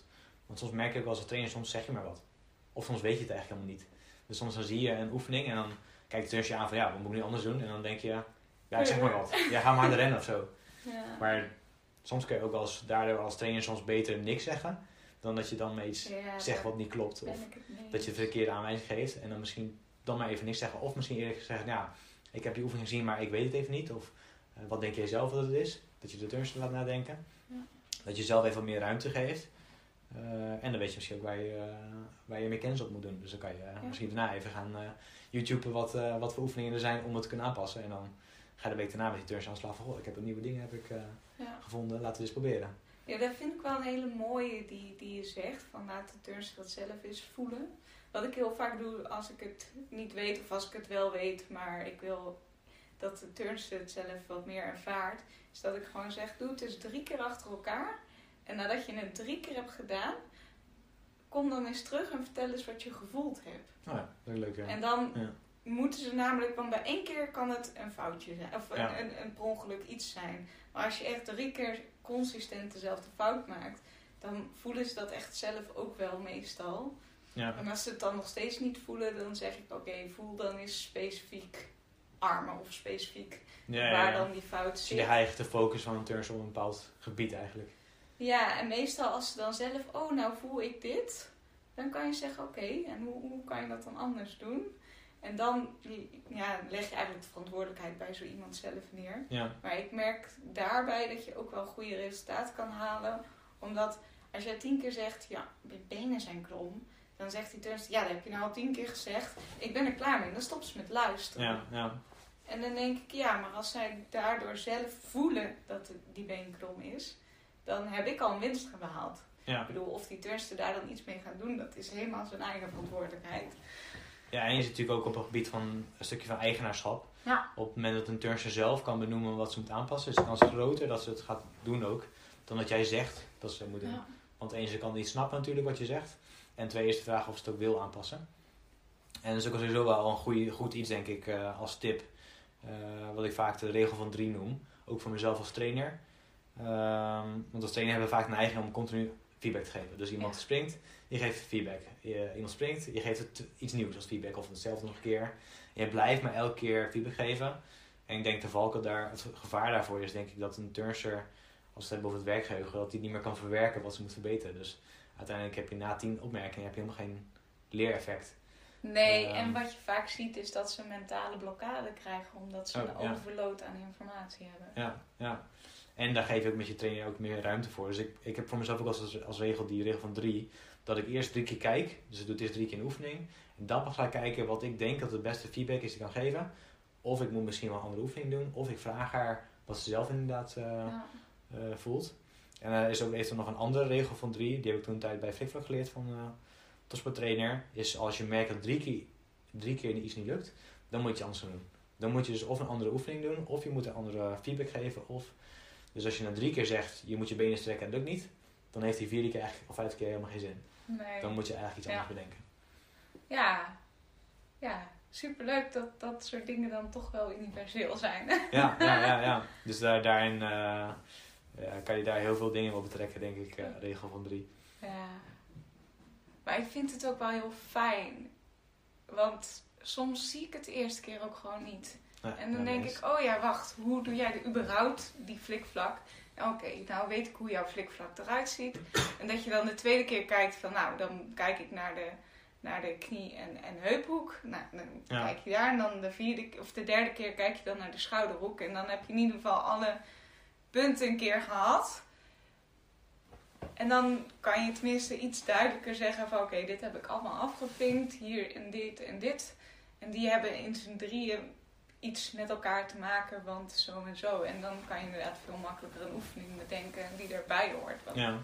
Want soms merk ik ook als trainer, soms zeg je maar wat. Of soms weet je het eigenlijk helemaal niet. Dus soms dan zie je een oefening en dan kijkt de trainer je aan van ja, wat moet ik nu anders doen? En dan denk je, ja, ik zeg maar wat. Ja, ga maar harder rennen of zo. Ja. Maar soms kun je ook als, daardoor als trainer soms beter niks zeggen. Dan dat je dan maar iets Ja, zegt wat niet klopt. Of dat je de verkeerde aanwijzing geeft. En dan misschien dan maar even niks zeggen. Of misschien eerlijk gezegd, ja, ik heb die oefening gezien, maar ik weet het even niet. Of uh, wat denk jij zelf dat het is? Dat je de turnster laat nadenken. Ja. Dat je zelf even wat meer ruimte geeft. Uh, en dan weet je misschien ook waar je, uh, waar je meer kennis op moet doen. Dus dan kan je uh, ja. misschien daarna even gaan uh, YouTuben wat, uh, wat voor oefeningen er zijn om het te kunnen aanpassen. En dan ga je de week daarna met die turnster aan de slag van, goh, ik heb een nieuwe dingen heb ik, uh, ja. gevonden, laten we eens proberen. Ja, dat vind ik wel een hele mooie die, die je zegt, van laat de turnster dat zelf eens voelen. Wat ik heel vaak doe als ik het niet weet of als ik het wel weet, maar ik wil dat de turnster het zelf wat meer ervaart, is dat ik gewoon zeg, doe het eens drie keer achter elkaar. En nadat je het drie keer hebt gedaan, kom dan eens terug en vertel eens wat je gevoeld hebt. Oh ja, dat is leuk, ja. En dan ja. moeten ze namelijk, want bij één keer kan het een foutje zijn, of ja. een, een, een per ongeluk iets zijn. Maar als je echt drie keer consistent dezelfde fout maakt, dan voelen ze dat echt zelf ook wel meestal. Ja. En als ze het dan nog steeds niet voelen, dan zeg ik oké, okay, voel dan eens specifiek armen of specifiek ja, waar ja, ja. dan die fout zit. Je eigen de focus van een turnster op een bepaald gebied eigenlijk. Ja, en meestal als ze dan zelf, oh nou voel ik dit, dan kan je zeggen oké, okay, en hoe, hoe kan je dat dan anders doen? En dan ja, leg je eigenlijk de verantwoordelijkheid bij zo iemand zelf neer. Ja. Maar ik merk daarbij dat je ook wel goede resultaten kan halen. Omdat als jij tien keer zegt, ja, mijn benen zijn krom. Dan zegt die turnster, ja, dat heb je nou al tien keer gezegd. Ik ben er klaar mee. Dan stopt ze met luisteren. Ja, ja. En dan denk ik, ja, maar als zij daardoor zelf voelen dat die been krom is, dan heb ik al een winst behaald. Ja. Ik bedoel, of die turnster daar dan iets mee gaat doen, dat is helemaal zijn eigen verantwoordelijkheid. Ja, en je zit natuurlijk ook op een gebied van een stukje van eigenaarschap. Ja. Op het moment dat een turnster zelf kan benoemen wat ze moet aanpassen, is de kans groter dat ze het gaat doen ook, dan dat jij zegt dat ze het moet doen. Ja. Want één, ze kan niet snappen natuurlijk wat je zegt. En twee, is de vraag of ze het ook wil aanpassen. En dat is ook sowieso wel een goeie, goed iets, denk ik, uh, als tip. Uh, wat ik vaak de regel van drie noem. Ook voor mezelf als trainer. Um, want als trainer hebben we vaak een neiging om continu feedback te geven. Dus iemand ja. springt, je geeft feedback. Je, iemand springt, je geeft het iets nieuws als feedback. Of hetzelfde nog een keer. En je blijft maar elke keer feedback geven. En ik denk de valken daar, het gevaar daarvoor is denk ik dat een turnster, als het hebben over het werkgeheugen, dat die niet meer kan verwerken wat ze moet verbeteren. Dus uiteindelijk heb je na tien opmerkingen heb je helemaal geen leereffect. Nee, um, en wat je vaak ziet is dat ze een mentale blokkade krijgen omdat ze oh, een ja. overload aan informatie hebben. Ja, ja. En daar geef je ook met je trainer ook meer ruimte voor. Dus ik, ik heb voor mezelf ook als, als regel die regel van drie, dat ik eerst drie keer kijk. Dus ik doe het eerst drie keer een oefening. En dan pas ga ik kijken wat ik denk dat het beste feedback is die ik kan geven. Of ik moet misschien wel een andere oefening doen. Of ik vraag haar wat ze zelf inderdaad uh, ja. uh, voelt. En er uh, is ook eventueel nog een andere regel van drie. Die heb ik toen een tijd bij Flikvlak geleerd van uh, topsporttrainer. Is als je merkt dat drie keer, drie keer iets niet lukt, dan moet je anders doen. Dan moet je dus of een andere oefening doen, of je moet een andere feedback geven. Of... Dus als je na drie keer zegt, je moet je benen strekken en dat lukt niet, dan heeft die vierde keer eigenlijk, of vijfde keer helemaal geen zin. Nee. Dan moet je eigenlijk iets ja. anders bedenken. Ja, ja. Superleuk dat dat soort dingen dan toch wel universeel zijn. Ja, ja, ja, ja. Dus daar, daarin uh, ja, kan je daar heel veel dingen op betrekken, denk ik, uh, regel van drie. Ja. Maar ik vind het ook wel heel fijn. Want soms zie ik het de eerste keer ook gewoon niet. Ja, en dan ja, denk eens. ik, oh ja, wacht, hoe doe jij de, überhaupt die flikvlak? Oké, okay, nou weet ik hoe jouw flikvlak eruit ziet. En dat je dan de tweede keer kijkt van, nou, dan kijk ik naar de, naar de knie- en, en heuphoek. Nou, dan ja. kijk je daar. En dan de vierde of de derde keer kijk je dan naar de schouderhoek. En dan heb je in ieder geval alle punten een keer gehad. En dan kan je tenminste iets duidelijker zeggen van, oké, okay, dit heb ik allemaal afgepinkt. Hier en dit en dit. En die hebben in z'n drieën iets met elkaar te maken, want zo en zo. En dan kan je inderdaad veel makkelijker een oefening bedenken die erbij hoort. Want, ja.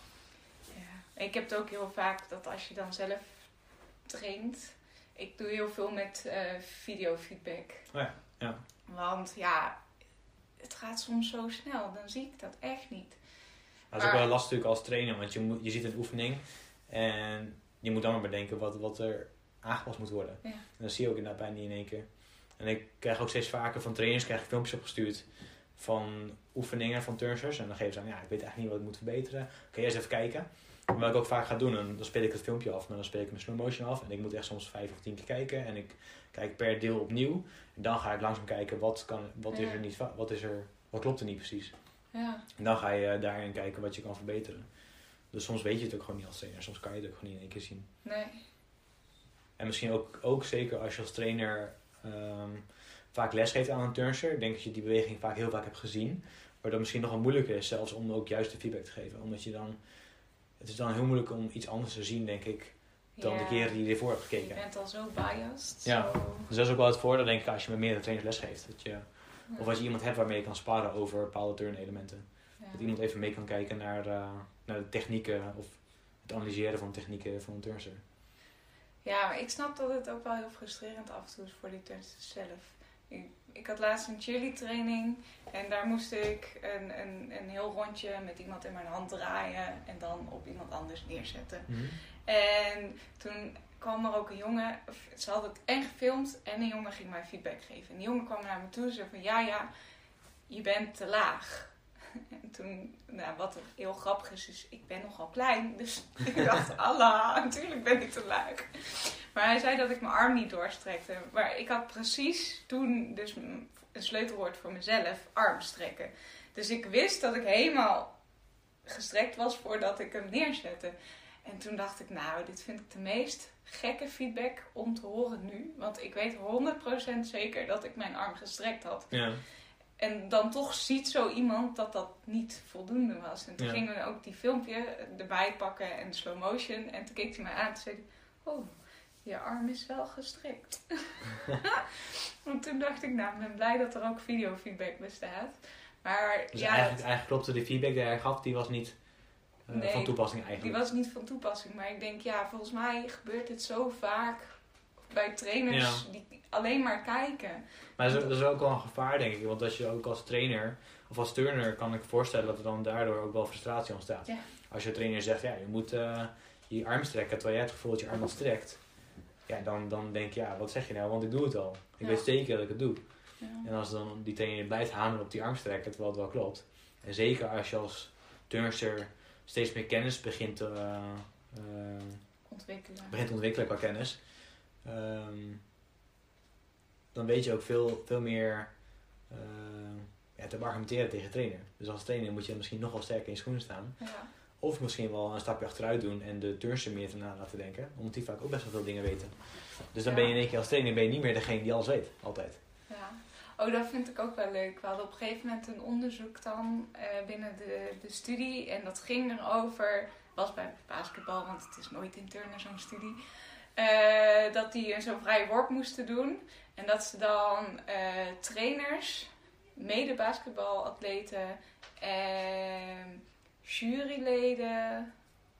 Ja. Ik heb het ook heel vaak dat als je dan zelf traint, ik doe heel veel met uh, videofeedback. Oh ja, ja. Want ja, het gaat soms zo snel, dan zie ik dat echt niet. Dat is maar ook wel lastig als trainer, want je, moet, je ziet een oefening en je moet dan maar bedenken wat, wat er aangepast moet worden. Ja. En dat zie je ook inderdaad bijna niet in één keer. En ik krijg ook steeds vaker van trainers krijg ik filmpjes opgestuurd van oefeningen van turnsters. En dan geven ze aan, ja, ik weet eigenlijk niet wat ik moet verbeteren. Kun je eens even kijken. En wat ik ook vaak ga doen, dan speel ik het filmpje af, maar dan speel ik mijn slow motion af. En ik moet echt soms vijf of tien keer kijken. En ik kijk per deel opnieuw. En dan ga ik langzaam kijken, wat, kan, wat, Ja. is, er niet, wat, is er, wat klopt er niet precies. Ja. En dan ga je daarin kijken wat je kan verbeteren. Dus soms weet je het ook gewoon niet als trainer. Soms kan je het ook gewoon niet in één keer zien. Nee. En misschien ook, ook zeker als je als trainer um, vaak les geeft aan een turnster. Ik denk dat je die beweging vaak heel vaak hebt gezien. Waardoor het misschien nog wel moeilijker is zelfs om ook juist de feedback te geven. Omdat je dan... Het is dan heel moeilijk om iets anders te zien, denk ik, dan Ja. de keren die je ervoor hebt gekeken. Je bent al zo biased. Ja. Zo... Dus dat is ook wel het voordeel, denk ik, als je met meerdere trainers les geeft. Dat je, of als je iemand hebt waarmee je kan sparren over bepaalde turnelementen. Ja. Dat iemand even mee kan kijken naar, uh, naar de technieken of het analyseren van de technieken van een turnster. Ja, maar ik snap dat het ook wel heel frustrerend af en toe is voor die turnsters zelf. Ik, ik had laatst een cheerlead training en daar moest ik een, een, een heel rondje met iemand in mijn hand draaien en dan op iemand anders neerzetten. Mm-hmm. En toen kwam er ook een jongen, of ze hadden het en gefilmd en een jongen ging mij feedback geven. En die jongen kwam naar me toe en zei van ja, ja, je bent te laag. En toen, nou, wat heel grappig is, is ik ben nogal klein. Dus ik dacht, Allah, natuurlijk ben ik te laag. Maar hij zei dat ik mijn arm niet doorstrekte. Maar ik had precies toen dus een sleutelwoord voor mezelf, arm strekken. Dus ik wist dat ik helemaal gestrekt was voordat ik hem neerzette. En toen dacht ik, nou, dit vind ik de meest gekke feedback om te horen nu. Want ik weet honderd procent zeker dat ik mijn arm gestrekt had. Ja. En dan toch ziet zo iemand dat dat niet voldoende was. En toen Ja. gingen we ook die filmpje erbij pakken en slow motion. En toen keek hij mij aan en zei hij, oh, je arm is wel gestrekt. En toen dacht ik, nou, ik ben blij dat er ook videofeedback bestaat. Maar Dus ja, eigenlijk, het- eigenlijk klopte de feedback die hij gaf, die was niet uh, Nee, van toepassing die eigenlijk. was niet van toepassing. Maar ik denk, ja, volgens mij gebeurt dit zo vaak bij trainers Ja. die alleen maar kijken. Maar dat is, dat is ook wel een gevaar, denk ik. Want als je ook als trainer of als turner kan ik voorstellen dat er dan daardoor ook wel frustratie ontstaat. Ja. Als je trainer zegt, ja, je moet uh, je arm strekken terwijl jij het gevoel dat je arm niet strekt. Ja, dan, dan denk je, ja, wat zeg je nou? Want ik doe het al. Ik Ja. weet zeker dat ik het doe. Ja. En als dan die trainer blijft hameren op die arm strekken, terwijl het wel klopt. En zeker als je als turnster steeds meer kennis begint te, uh, uh, Ontwikkelen. begint te ontwikkelen qua kennis. Um, dan weet je ook veel, veel meer uh, ja, te argumenteren tegen de trainer. Dus als trainer moet je misschien nog wel sterker in je schoenen staan. Ja. Of misschien wel een stapje achteruit doen en de turnster meer te na laten denken. Omdat die vaak ook best wel veel dingen weten. Dus dan Ja. ben je in één keer als trainer ben je niet meer degene die alles weet. Altijd. Ja. Oh, dat vind ik ook wel leuk. We hadden op een gegeven moment een onderzoek dan uh, binnen de, de studie. En dat ging erover, was bij basketbal, want het is nooit intern zo'n studie. Uh, dat die zo'n vrije worp moesten doen. En dat ze dan uh, trainers, mede basketbalatleten en juryleden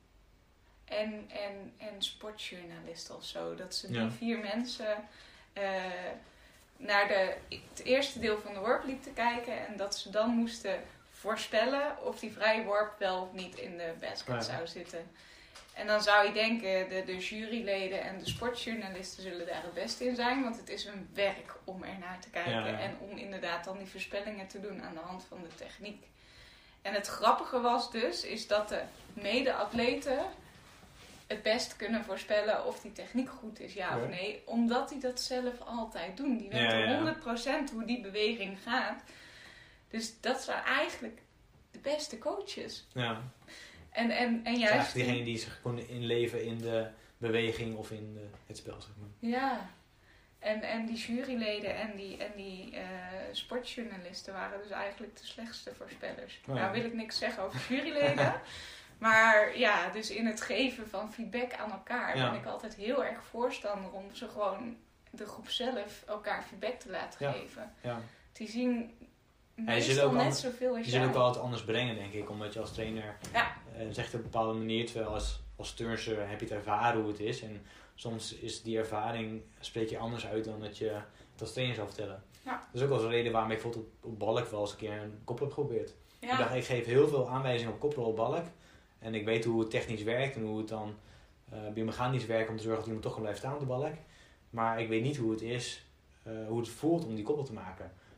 en, en, en sportjournalisten of zo. Dat ze die Ja. vier mensen uh, naar de, het eerste deel van de worp lieten kijken. En dat ze dan moesten voorspellen of die vrije worp wel of niet in de basket Ja. zou zitten. En dan zou je denken, de, de juryleden en de sportjournalisten zullen daar het beste in zijn. Want het is hun werk om er naar te kijken. Ja, ja. En om inderdaad dan die voorspellingen te doen aan de hand van de techniek. En het grappige was dus, is dat de mede-atleten het best kunnen voorspellen of die techniek goed is, ja, Ja. of nee. Omdat die dat zelf altijd doen. Die weten Ja, ja. honderd procent hoe die beweging gaat. Dus dat zijn eigenlijk de beste coaches. Ja. En, en, en Het is juist... eigenlijk diegene die zich kon inleven in de beweging of in de, het spel, zeg maar. Ja. En, en die juryleden en die, en die uh, sportjournalisten waren dus eigenlijk de slechtste voorspellers. Oh ja. Nou wil ik niks zeggen over juryleden. Maar ja, dus in het geven van feedback aan elkaar Ja. ben ik altijd heel erg voorstander om ze gewoon de groep zelf elkaar feedback te laten Ja. geven. Ja. Die zien je meestal zult ook net anders- zoveel als Je jij. zult ook wel wat anders brengen, denk ik. Omdat je als trainer Ja. uh, zegt op een bepaalde manier. Terwijl als, als turnster heb je het ervaren hoe het is. En soms is die ervaring, spreek je anders uit dan dat je het als trainer zou vertellen. Ja. Dat is ook wel eens een reden waarom ik bijvoorbeeld op, op balk wel eens een keer een koppel heb geprobeerd. Ja. Ik dacht, ik geef heel veel aanwijzingen op koppelen op balk. En ik weet hoe het technisch werkt en hoe het dan uh, biomechanisch werkt om te zorgen dat iemand toch kan blijven staan op de balk. Maar ik weet niet hoe het is, uh, hoe het voelt om die koppel te maken.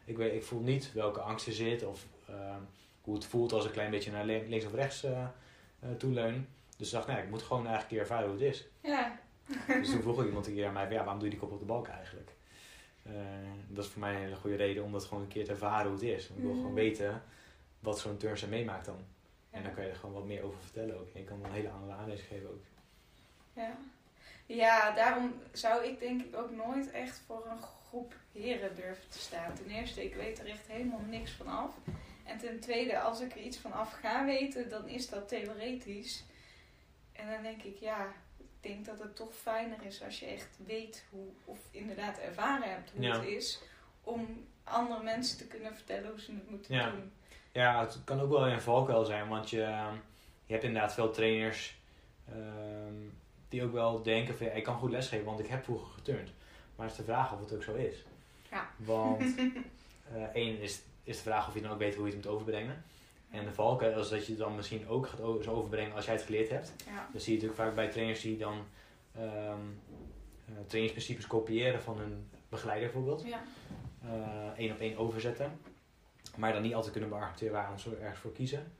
Ik, weet, ik voel niet welke angst er zit of uh, hoe het voelt als ik een klein beetje naar links of rechts uh, uh, toe leun. Dus ik dacht, nou, ik moet gewoon eigenlijk een keer ervaren hoe het is. Ja. Dus toen vroeg iemand een keer aan mij, ja, waarom doe je die kop op de balk eigenlijk? Uh, dat is voor mij een hele goede reden om dat gewoon een keer te ervaren hoe het is. Ik wil mm. gewoon weten wat zo'n turnster meemaakt dan. Ja. En dan kan je er gewoon wat meer over vertellen ook. En je kan dan een hele andere aanwijzing geven ook. Ja. Ja, daarom zou ik denk ik ook nooit echt voor een groep heren durven te staan. Ten eerste, ik weet er echt helemaal niks van af. En ten tweede, als ik er iets van af ga weten, dan is dat theoretisch. En dan denk ik, ja, ik denk dat het toch fijner is als je echt weet hoe, of inderdaad ervaren hebt hoe ja. het is. Om andere mensen te kunnen vertellen hoe ze het moeten ja. doen. Ja, het kan ook wel een valkuil zijn, want je, je hebt inderdaad veel trainers um, die ook wel denken van, ja, ik kan goed lesgeven, want ik heb vroeger geturnd. Maar het is de vraag of het ook zo is. Ja. Want uh, één is, is de vraag of je dan ook weet hoe je het moet overbrengen. En de valkuil is dat je het dan misschien ook gaat over, zo overbrengen als jij het geleerd hebt. Ja. Dat zie je natuurlijk vaak bij trainers die dan um, uh, trainingsprincipes kopiëren van hun begeleider bijvoorbeeld. Ja. Uh, één op één overzetten. Maar dan niet altijd kunnen beargumenteren waarom ze ergens voor kiezen.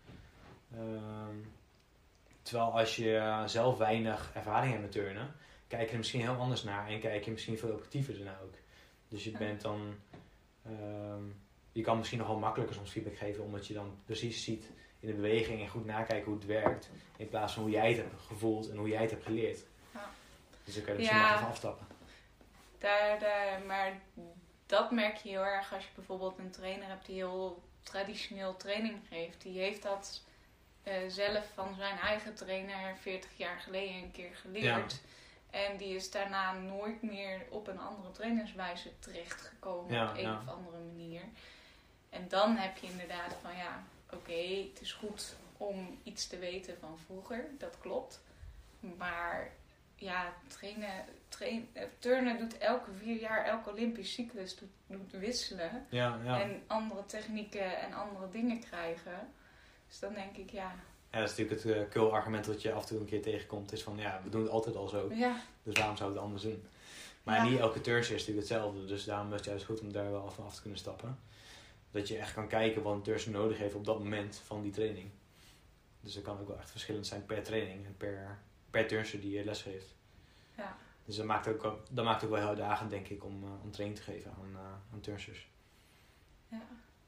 Um, terwijl als je zelf weinig ervaring hebt met turnen, kijk je er misschien heel anders naar en kijk je misschien veel objectiever ernaar ook. Dus je bent dan, um, je kan misschien nog wel makkelijker soms feedback geven, omdat je dan precies ziet in de beweging en goed nakijken hoe het werkt, in plaats van hoe jij het hebt gevoeld en hoe jij het hebt geleerd. Ja. Dus dan kan je er misschien ja. makkelijk van afstappen. Daar, daar, maar dat merk je heel erg als je bijvoorbeeld een trainer hebt die heel traditioneel training geeft. Die heeft dat uh, zelf van zijn eigen trainer veertig jaar geleden een keer geleerd. Ja. En die is daarna nooit meer op een andere trainerswijze terechtgekomen ja, op een ja. of andere manier. En dan heb je inderdaad van ja, oké, okay, het is goed om iets te weten van vroeger, dat klopt. Maar ja, trainen, train, turnen doet elke vier jaar, elke Olympisch cyclus doet, doet wisselen. Ja, ja. En andere technieken en andere dingen krijgen. Dus dan denk ik, ja. Ja, dat is natuurlijk het uh, cool argument dat je af en toe een keer tegenkomt. Is van, ja, we doen het altijd al zo. Ja. Dus waarom zou het anders doen? Maar ja. niet elke turnster is natuurlijk hetzelfde. Dus daarom is het juist goed om daar wel van af te kunnen stappen. Dat je echt kan kijken wat een turnster nodig heeft op dat moment van die training. Dus dat kan ook wel echt verschillend zijn per training en per, per turnster die je les geeft. Ja. Dus dat maakt ook, dat maakt ook wel heel uitdagend, denk ik, om, uh, om training te geven aan, uh, aan turnsters. Ja.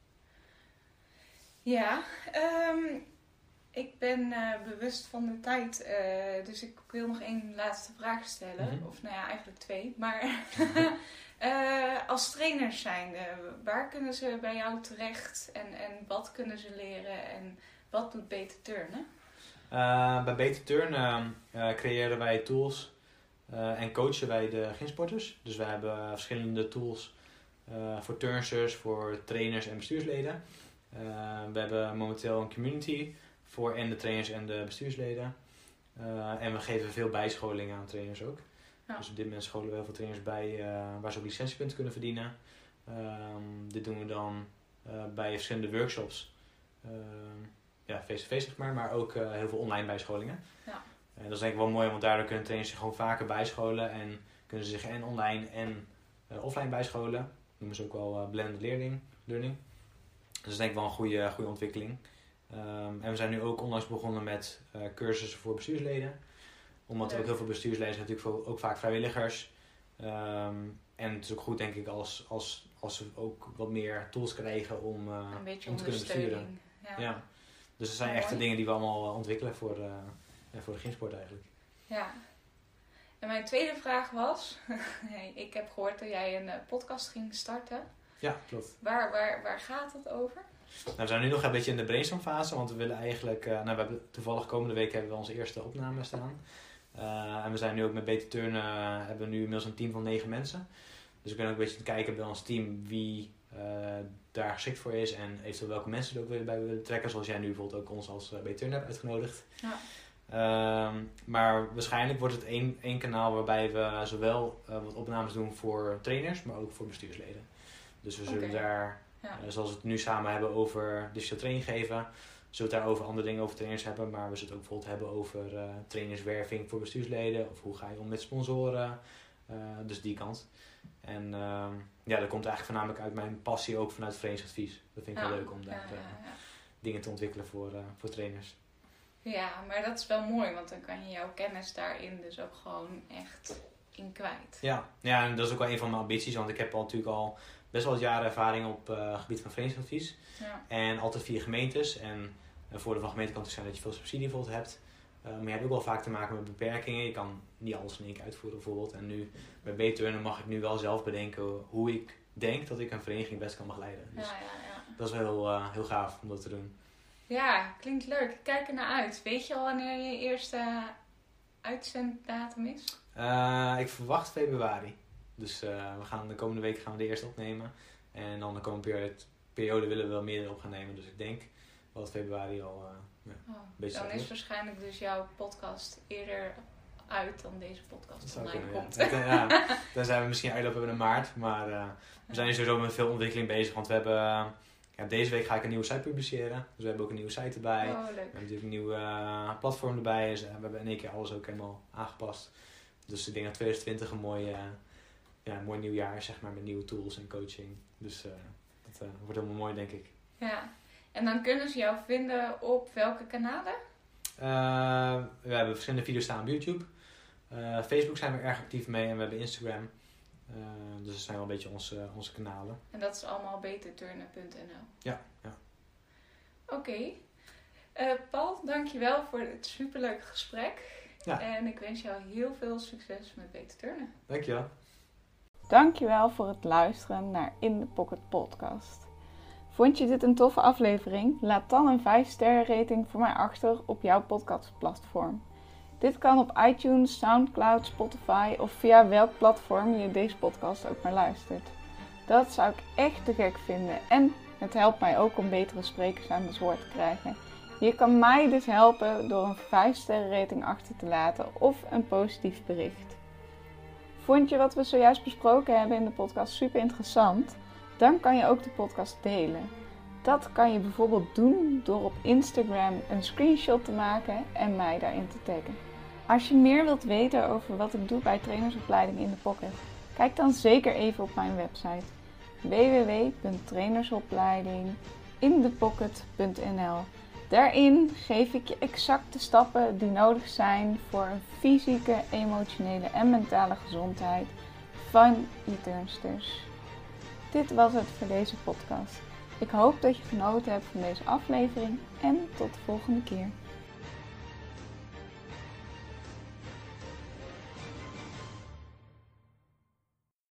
Ja, um, ik ben uh, bewust van de tijd, uh, dus ik wil nog één laatste vraag stellen. Mm-hmm. Of nou ja, eigenlijk twee. Maar uh, als trainers zijn, uh, waar kunnen ze bij jou terecht en, en wat kunnen ze leren en wat doet Beter Turnen? Uh, bij Beter Turnen uh, creëren wij tools uh, en coachen wij de gymsporters. Dus wij hebben uh, verschillende tools uh, voor turnsters, voor trainers en bestuursleden. Uh, we hebben momenteel een community voor en de trainers en de bestuursleden. Uh, en we geven veel bijscholing aan trainers ook. Ja. Dus op dit moment scholen we heel veel trainers bij uh, waar ze ook licentiepunten kunnen verdienen. Um, dit doen we dan uh, bij verschillende workshops. Uh, ja, face-to-face zeg maar, maar ook uh, heel veel online bijscholingen. Ja. En dat is denk ik wel mooi, want daardoor kunnen trainers zich gewoon vaker bijscholen en kunnen ze zich en online en uh, offline bijscholen. Dat noemen ze ook wel uh, blended learning. learning. Dus dat is denk ik wel een goede, goede ontwikkeling. Um, en we zijn nu ook onlangs begonnen met uh, cursussen voor bestuursleden. Omdat er ook heel veel bestuursleden zijn, natuurlijk veel, ook vaak vrijwilligers. Um, en het is ook goed denk ik als, als, als ze ook wat meer tools krijgen om, uh, om te kunnen besturen. Ja. Ja. Dus dat zijn Mooi. echt de dingen die we allemaal uh, ontwikkelen voor, uh, ja, voor de gymsport eigenlijk. Ja. En mijn tweede vraag was, hey, ik heb gehoord dat jij een uh, podcast ging starten. Ja, klopt. Waar, waar, waar gaat het over? Nou, we zijn nu nog een beetje in de brainstormfase, want we willen eigenlijk, uh, nou, we hebben toevallig komende week hebben we onze eerste opname staan. Uh, en we zijn nu ook met Beter Turnen, uh, hebben we nu inmiddels een team van negen mensen. Dus we kunnen ook een beetje kijken bij ons team wie uh, daar geschikt voor is en eventueel welke mensen er ook weer bij willen trekken. Zoals jij nu bijvoorbeeld ook ons als uh, Beter Turnen hebt uitgenodigd. Ja. Uh, maar waarschijnlijk wordt het één, één kanaal waarbij we zowel uh, wat opnames doen voor trainers, maar ook voor bestuursleden. Dus we zullen okay. daar... Ja. Uh, zoals we het nu samen hebben over digitaal training geven, zullen we het daar over andere dingen over trainers hebben. Maar we zullen het ook bijvoorbeeld hebben over uh, trainerswerving voor bestuursleden. Of hoe ga je om met sponsoren. Uh, dus die kant. En uh, ja, dat komt eigenlijk voornamelijk uit mijn passie ook vanuit verenigadvies. Dat vind ik ja. wel leuk om daar ja, ja, ja. Uh, dingen te ontwikkelen voor, uh, voor trainers. Ja, maar dat is wel mooi, want dan kan je jouw kennis daarin dus ook gewoon echt in kwijt. Ja, ja, en dat is ook wel een van mijn ambities, want ik heb al natuurlijk al best wel wat jaren ervaring op het uh, gebied van verenigadvies. Ja. En altijd via gemeentes. En uh, voordeel van gemeente kan het zijn dat je veel subsidie bijvoorbeeld hebt. Uh, maar je hebt ook wel vaak te maken met beperkingen. Je kan niet alles in één keer uitvoeren bijvoorbeeld. En nu bij B-turnen mag ik nu wel zelf bedenken hoe ik denk dat ik een vereniging best kan begeleiden. Dus ja, ja, ja. dat is wel heel, uh, heel gaaf om dat te doen. Ja, klinkt leuk. Ik kijk er naar uit. Weet je al wanneer je eerste uitzenddatum is? Uh, ik verwacht februari. Dus uh, we gaan de komende week gaan we de eerste opnemen. En dan de komende periode willen we wel meer op gaan nemen. Dus ik denk wel dat februari al uh, ja, oh, een beetje dan is wordt. waarschijnlijk dus jouw podcast eerder uit dan deze podcast online kunnen, komt. Ja. Ja, ja, dan zijn we misschien uitlopen hebben in maart. Maar uh, we zijn sowieso met veel ontwikkeling bezig. Want we hebben... Uh, Ja, deze week ga ik een nieuwe site publiceren. Dus we hebben ook een nieuwe site erbij. Oh, leuk. We hebben natuurlijk een nieuw uh, platform erbij. Dus uh, we hebben in één keer alles ook helemaal aangepast. Dus ik denk dat twintig twintig een mooi, uh, ja, een mooi nieuw jaar is, zeg maar, met nieuwe tools en coaching. Dus uh, dat uh, wordt helemaal mooi, denk ik. Ja, en dan kunnen ze jou vinden op welke kanalen? Uh, we hebben verschillende video's staan op YouTube. Uh, Facebook zijn we erg actief mee en we hebben Instagram. Uh, dus dat zijn wel een beetje onze, onze kanalen. En dat is allemaal beterturnen punt n l. Ja, ja. Oké. Okay. Uh, Paul, dankjewel voor het superleuke gesprek. Ja. En ik wens jou heel veel succes met Beter Turnen. Dankjewel. Dankjewel voor het luisteren naar In The Pocket Podcast. Vond je dit een toffe aflevering? Laat dan een vijf sterren rating voor mij achter op jouw podcastplatform. Dit kan op iTunes, Soundcloud, Spotify of via welk platform je deze podcast ook maar luistert. Dat zou ik echt te gek vinden en het helpt mij ook om betere sprekers aan het woord te krijgen. Je kan mij dus helpen door een vijf sterren rating achter te laten of een positief bericht. Vond je wat we zojuist besproken hebben in de podcast super interessant? Dan kan je ook de podcast delen. Dat kan je bijvoorbeeld doen door op Instagram een screenshot te maken en mij daarin te taggen. Als je meer wilt weten over wat ik doe bij trainersopleiding in the pocket, kijk dan zeker even op mijn website w w w punt trainersopleiding in the pocket punt n l. Daarin geef ik je exact de stappen die nodig zijn voor een fysieke, emotionele en mentale gezondheid van je turnsters. Dit was het voor deze podcast. Ik hoop dat je genoten hebt van deze aflevering en tot de volgende keer.